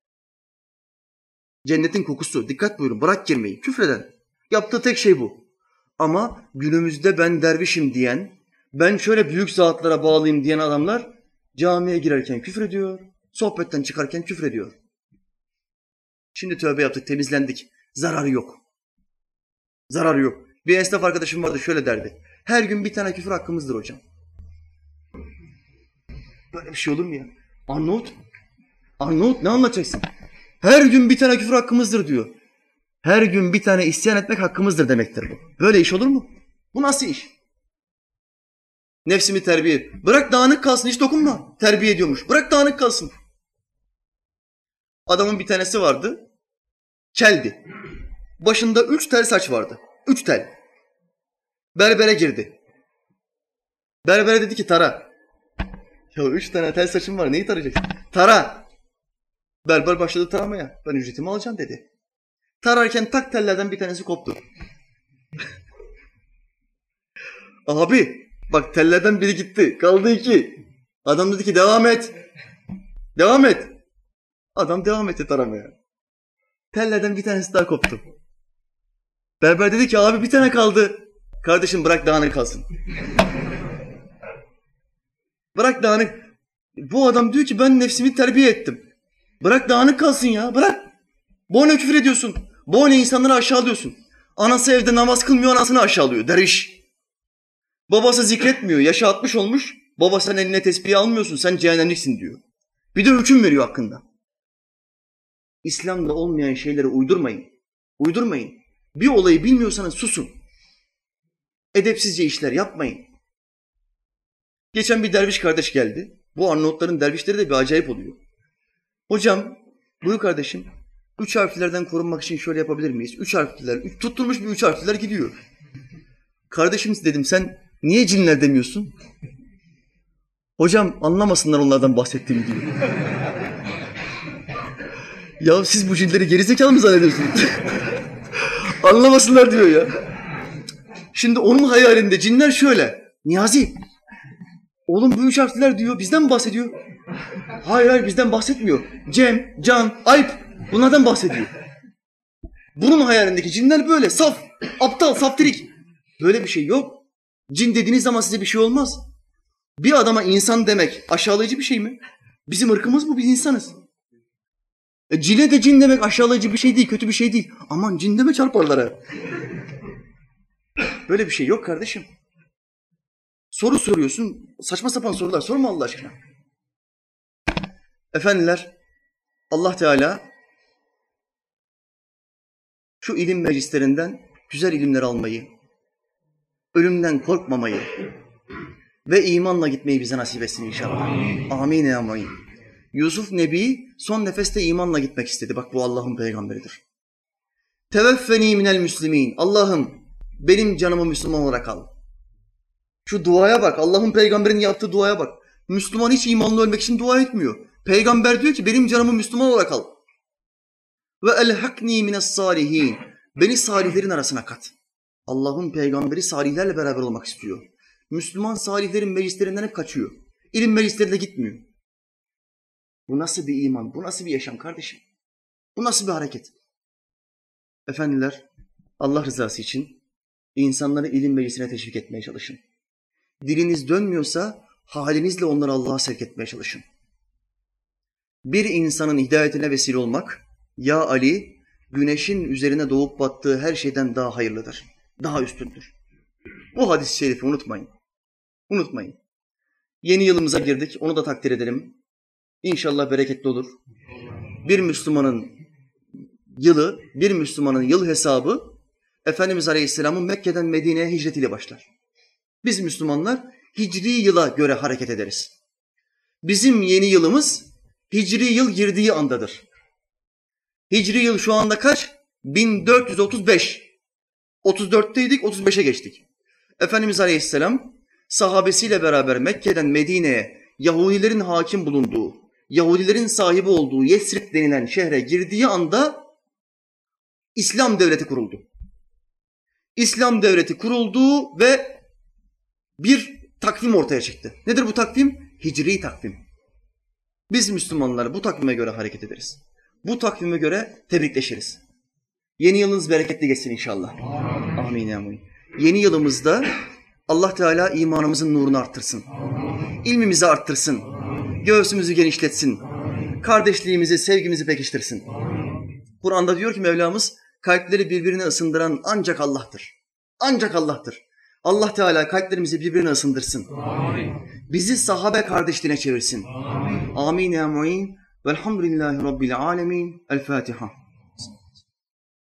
Cennetin kokusu, dikkat buyurun, bırak girmeyi, küfreden. Yaptığı tek şey bu. Ama günümüzde ben dervişim diyen, ben şöyle büyük zatlara bağlıyım diyen adamlar camiye girerken küfür ediyor, sohbetten çıkarken küfür ediyor. Şimdi tövbe yaptık, temizlendik. Zararı yok. Zararı yok. Bir esnaf arkadaşım vardı, şöyle derdi. Her gün bir tane küfür hakkımızdır hocam. Böyle bir şey olur mu ya? Arnavut ne anlatacaksın? Her gün bir tane küfür hakkımızdır diyor. Her gün bir tane isyan etmek hakkımızdır demektir bu. Böyle iş olur mu? Bu nasıl iş? Nefsimi terbiye. Bırak dağınık kalsın, hiç dokunma. Terbiye ediyormuş. Bırak dağınık kalsın. Adamın bir tanesi vardı. Keldi. Başında 3 tel saç vardı. 3 tel. Berbere girdi. Berbere dedi ki tara. Ya 3 tane tel saçım var, neyi tarayacaksın? Tara. Berber başladı taramaya. Ben ücretimi alacağım dedi. Tararken tak tellerden bir tanesi koptu. Abi bak tellerden biri gitti. Kaldı 2. Adam dedi ki devam et. Devam et. Adam devam etti taramaya. Tellerden bir tanesi daha koptu. Berber dedi ki abi bir tane kaldı. Kardeşim bırak dağınık kalsın. Bırak dağınık. Bu adam diyor ki ben nefsimi terbiye ettim. Bırak dağınık kalsın ya, bırak. Boyuna küfür ediyorsun. Boyuna insanları aşağılıyorsun. Anası evde namaz kılmıyor, anasını aşağılıyor. Derviş. Babası zikretmiyor, yaşı 60 olmuş. Baba sen eline tesbihi almıyorsun, sen cehennemliksin diyor. Bir de hüküm veriyor hakkında. İslam'da olmayan şeyleri uydurmayın. Uydurmayın. Bir olayı bilmiyorsanız susun. Edepsizce işler yapmayın. Geçen bir derviş kardeş geldi. Bu Arnavutların dervişleri de bir acayip oluyor. Hocam, buyur kardeşim. 3 harflerden korunmak için şöyle yapabilir miyiz? 3 harfliler, tutturmuş bir 3 harfliler gidiyor. Kardeşim dedim sen niye cinler demiyorsun? Hocam anlamasınlar onlardan bahsettiğimi diyor. Ya siz bu cinleri gerizekalı mı zannediyorsunuz? Anlamasınlar diyor ya. Şimdi onun hayalinde cinler şöyle. Niyazi, oğlum bu 3 harfliler diyor, bizden mi bahsediyor? Hayır bizden bahsetmiyor. Cem, Can, Alp bunlardan bahsediyor. Bunun hayalindeki cinler böyle saf, aptal, saftirik. Böyle bir şey yok. Cin dediğiniz zaman size bir şey olmaz. Bir adama insan demek aşağılayıcı bir şey mi? Bizim ırkımız bu, biz insanız. Cine de cin demek aşağılayıcı bir şey değil, kötü bir şey değil. Aman cin deme çarparlar ha. Böyle bir şey yok kardeşim. Soru soruyorsun, saçma sapan sorular sorma Allah aşkına. Efendiler, Allah Teala şu ilim meclislerinden güzel ilimler almayı, ölümden korkmamayı ve imanla gitmeyi bize nasip etsin inşallah. Amin ya amin. Yusuf Nebi son nefeste imanla gitmek istedi. Bak bu Allah'ın peygamberidir. Teveffeni minel müslimin. Allah'ım benim canımı Müslüman olarak al. Şu duaya bak. Allah'ın peygamberinin yaptığı duaya bak. Müslüman hiç imanlı ölmek için dua etmiyor. Peygamber diyor ki benim canımı Müslüman olarak al. Ve elhakni mines salihin. Beni salihlerin arasına kat. Allah'ın peygamberi salihlerle beraber olmak istiyor. Müslüman salihlerin meclislerinden hep kaçıyor. İlim meclislerine gitmiyor. Bu nasıl bir iman? Bu nasıl bir yaşam kardeşim? Bu nasıl bir hareket? Efendiler, Allah rızası için insanları ilim meclisine teşvik etmeye çalışın. Diliniz dönmüyorsa halinizle onları Allah'a sevk etmeye çalışın. Bir insanın hidayetine vesile olmak, ya Ali, güneşin üzerine doğup battığı her şeyden daha hayırlıdır, daha üstündür. Bu hadis-i şerifi unutmayın. Unutmayın. Yeni yılımıza girdik, onu da takdir edelim. İnşallah bereketli olur. Bir Müslümanın yıl hesabı Efendimiz Aleyhisselam'ın Mekke'den Medine'ye hicretiyle başlar. Biz Müslümanlar hicri yıla göre hareket ederiz. Bizim yeni yılımız hicri yıl girdiği andadır. Hicri yıl şu anda kaç? 1435. 34'teydik, 35'e geçtik. Efendimiz Aleyhisselam sahabesiyle beraber Mekke'den Medine'ye Yahudilerin hakim bulunduğu, Yahudilerin sahibi olduğu Yesrib denilen şehre girdiği anda İslam devleti kuruldu. İslam devleti kuruldu ve bir takvim ortaya çıktı. Nedir bu takvim? Hicri takvim. Biz Müslümanlar bu takvime göre hareket ederiz. Bu takvime göre tebrikleşiriz. Yeni yılınız bereketli geçsin inşallah. Amin. Amin. Yeni yılımızda Allah Teala imanımızın nurunu arttırsın. İlmimizi arttırsın. Göğsümüzü genişletsin. Kardeşliğimizi, sevgimizi pekiştirsin. Kur'an'da diyor ki Mevlamız, kalpleri birbirine ısındıran ancak Allah'tır. Ancak Allah'tır. Allah Teala kalplerimizi birbirine ısındırsın. Amin. Bizi sahabe kardeşliğine çevirsin. Amin. Amin ya mu'in. Velhamdülillahi Rabbil alemin. El Fatiha.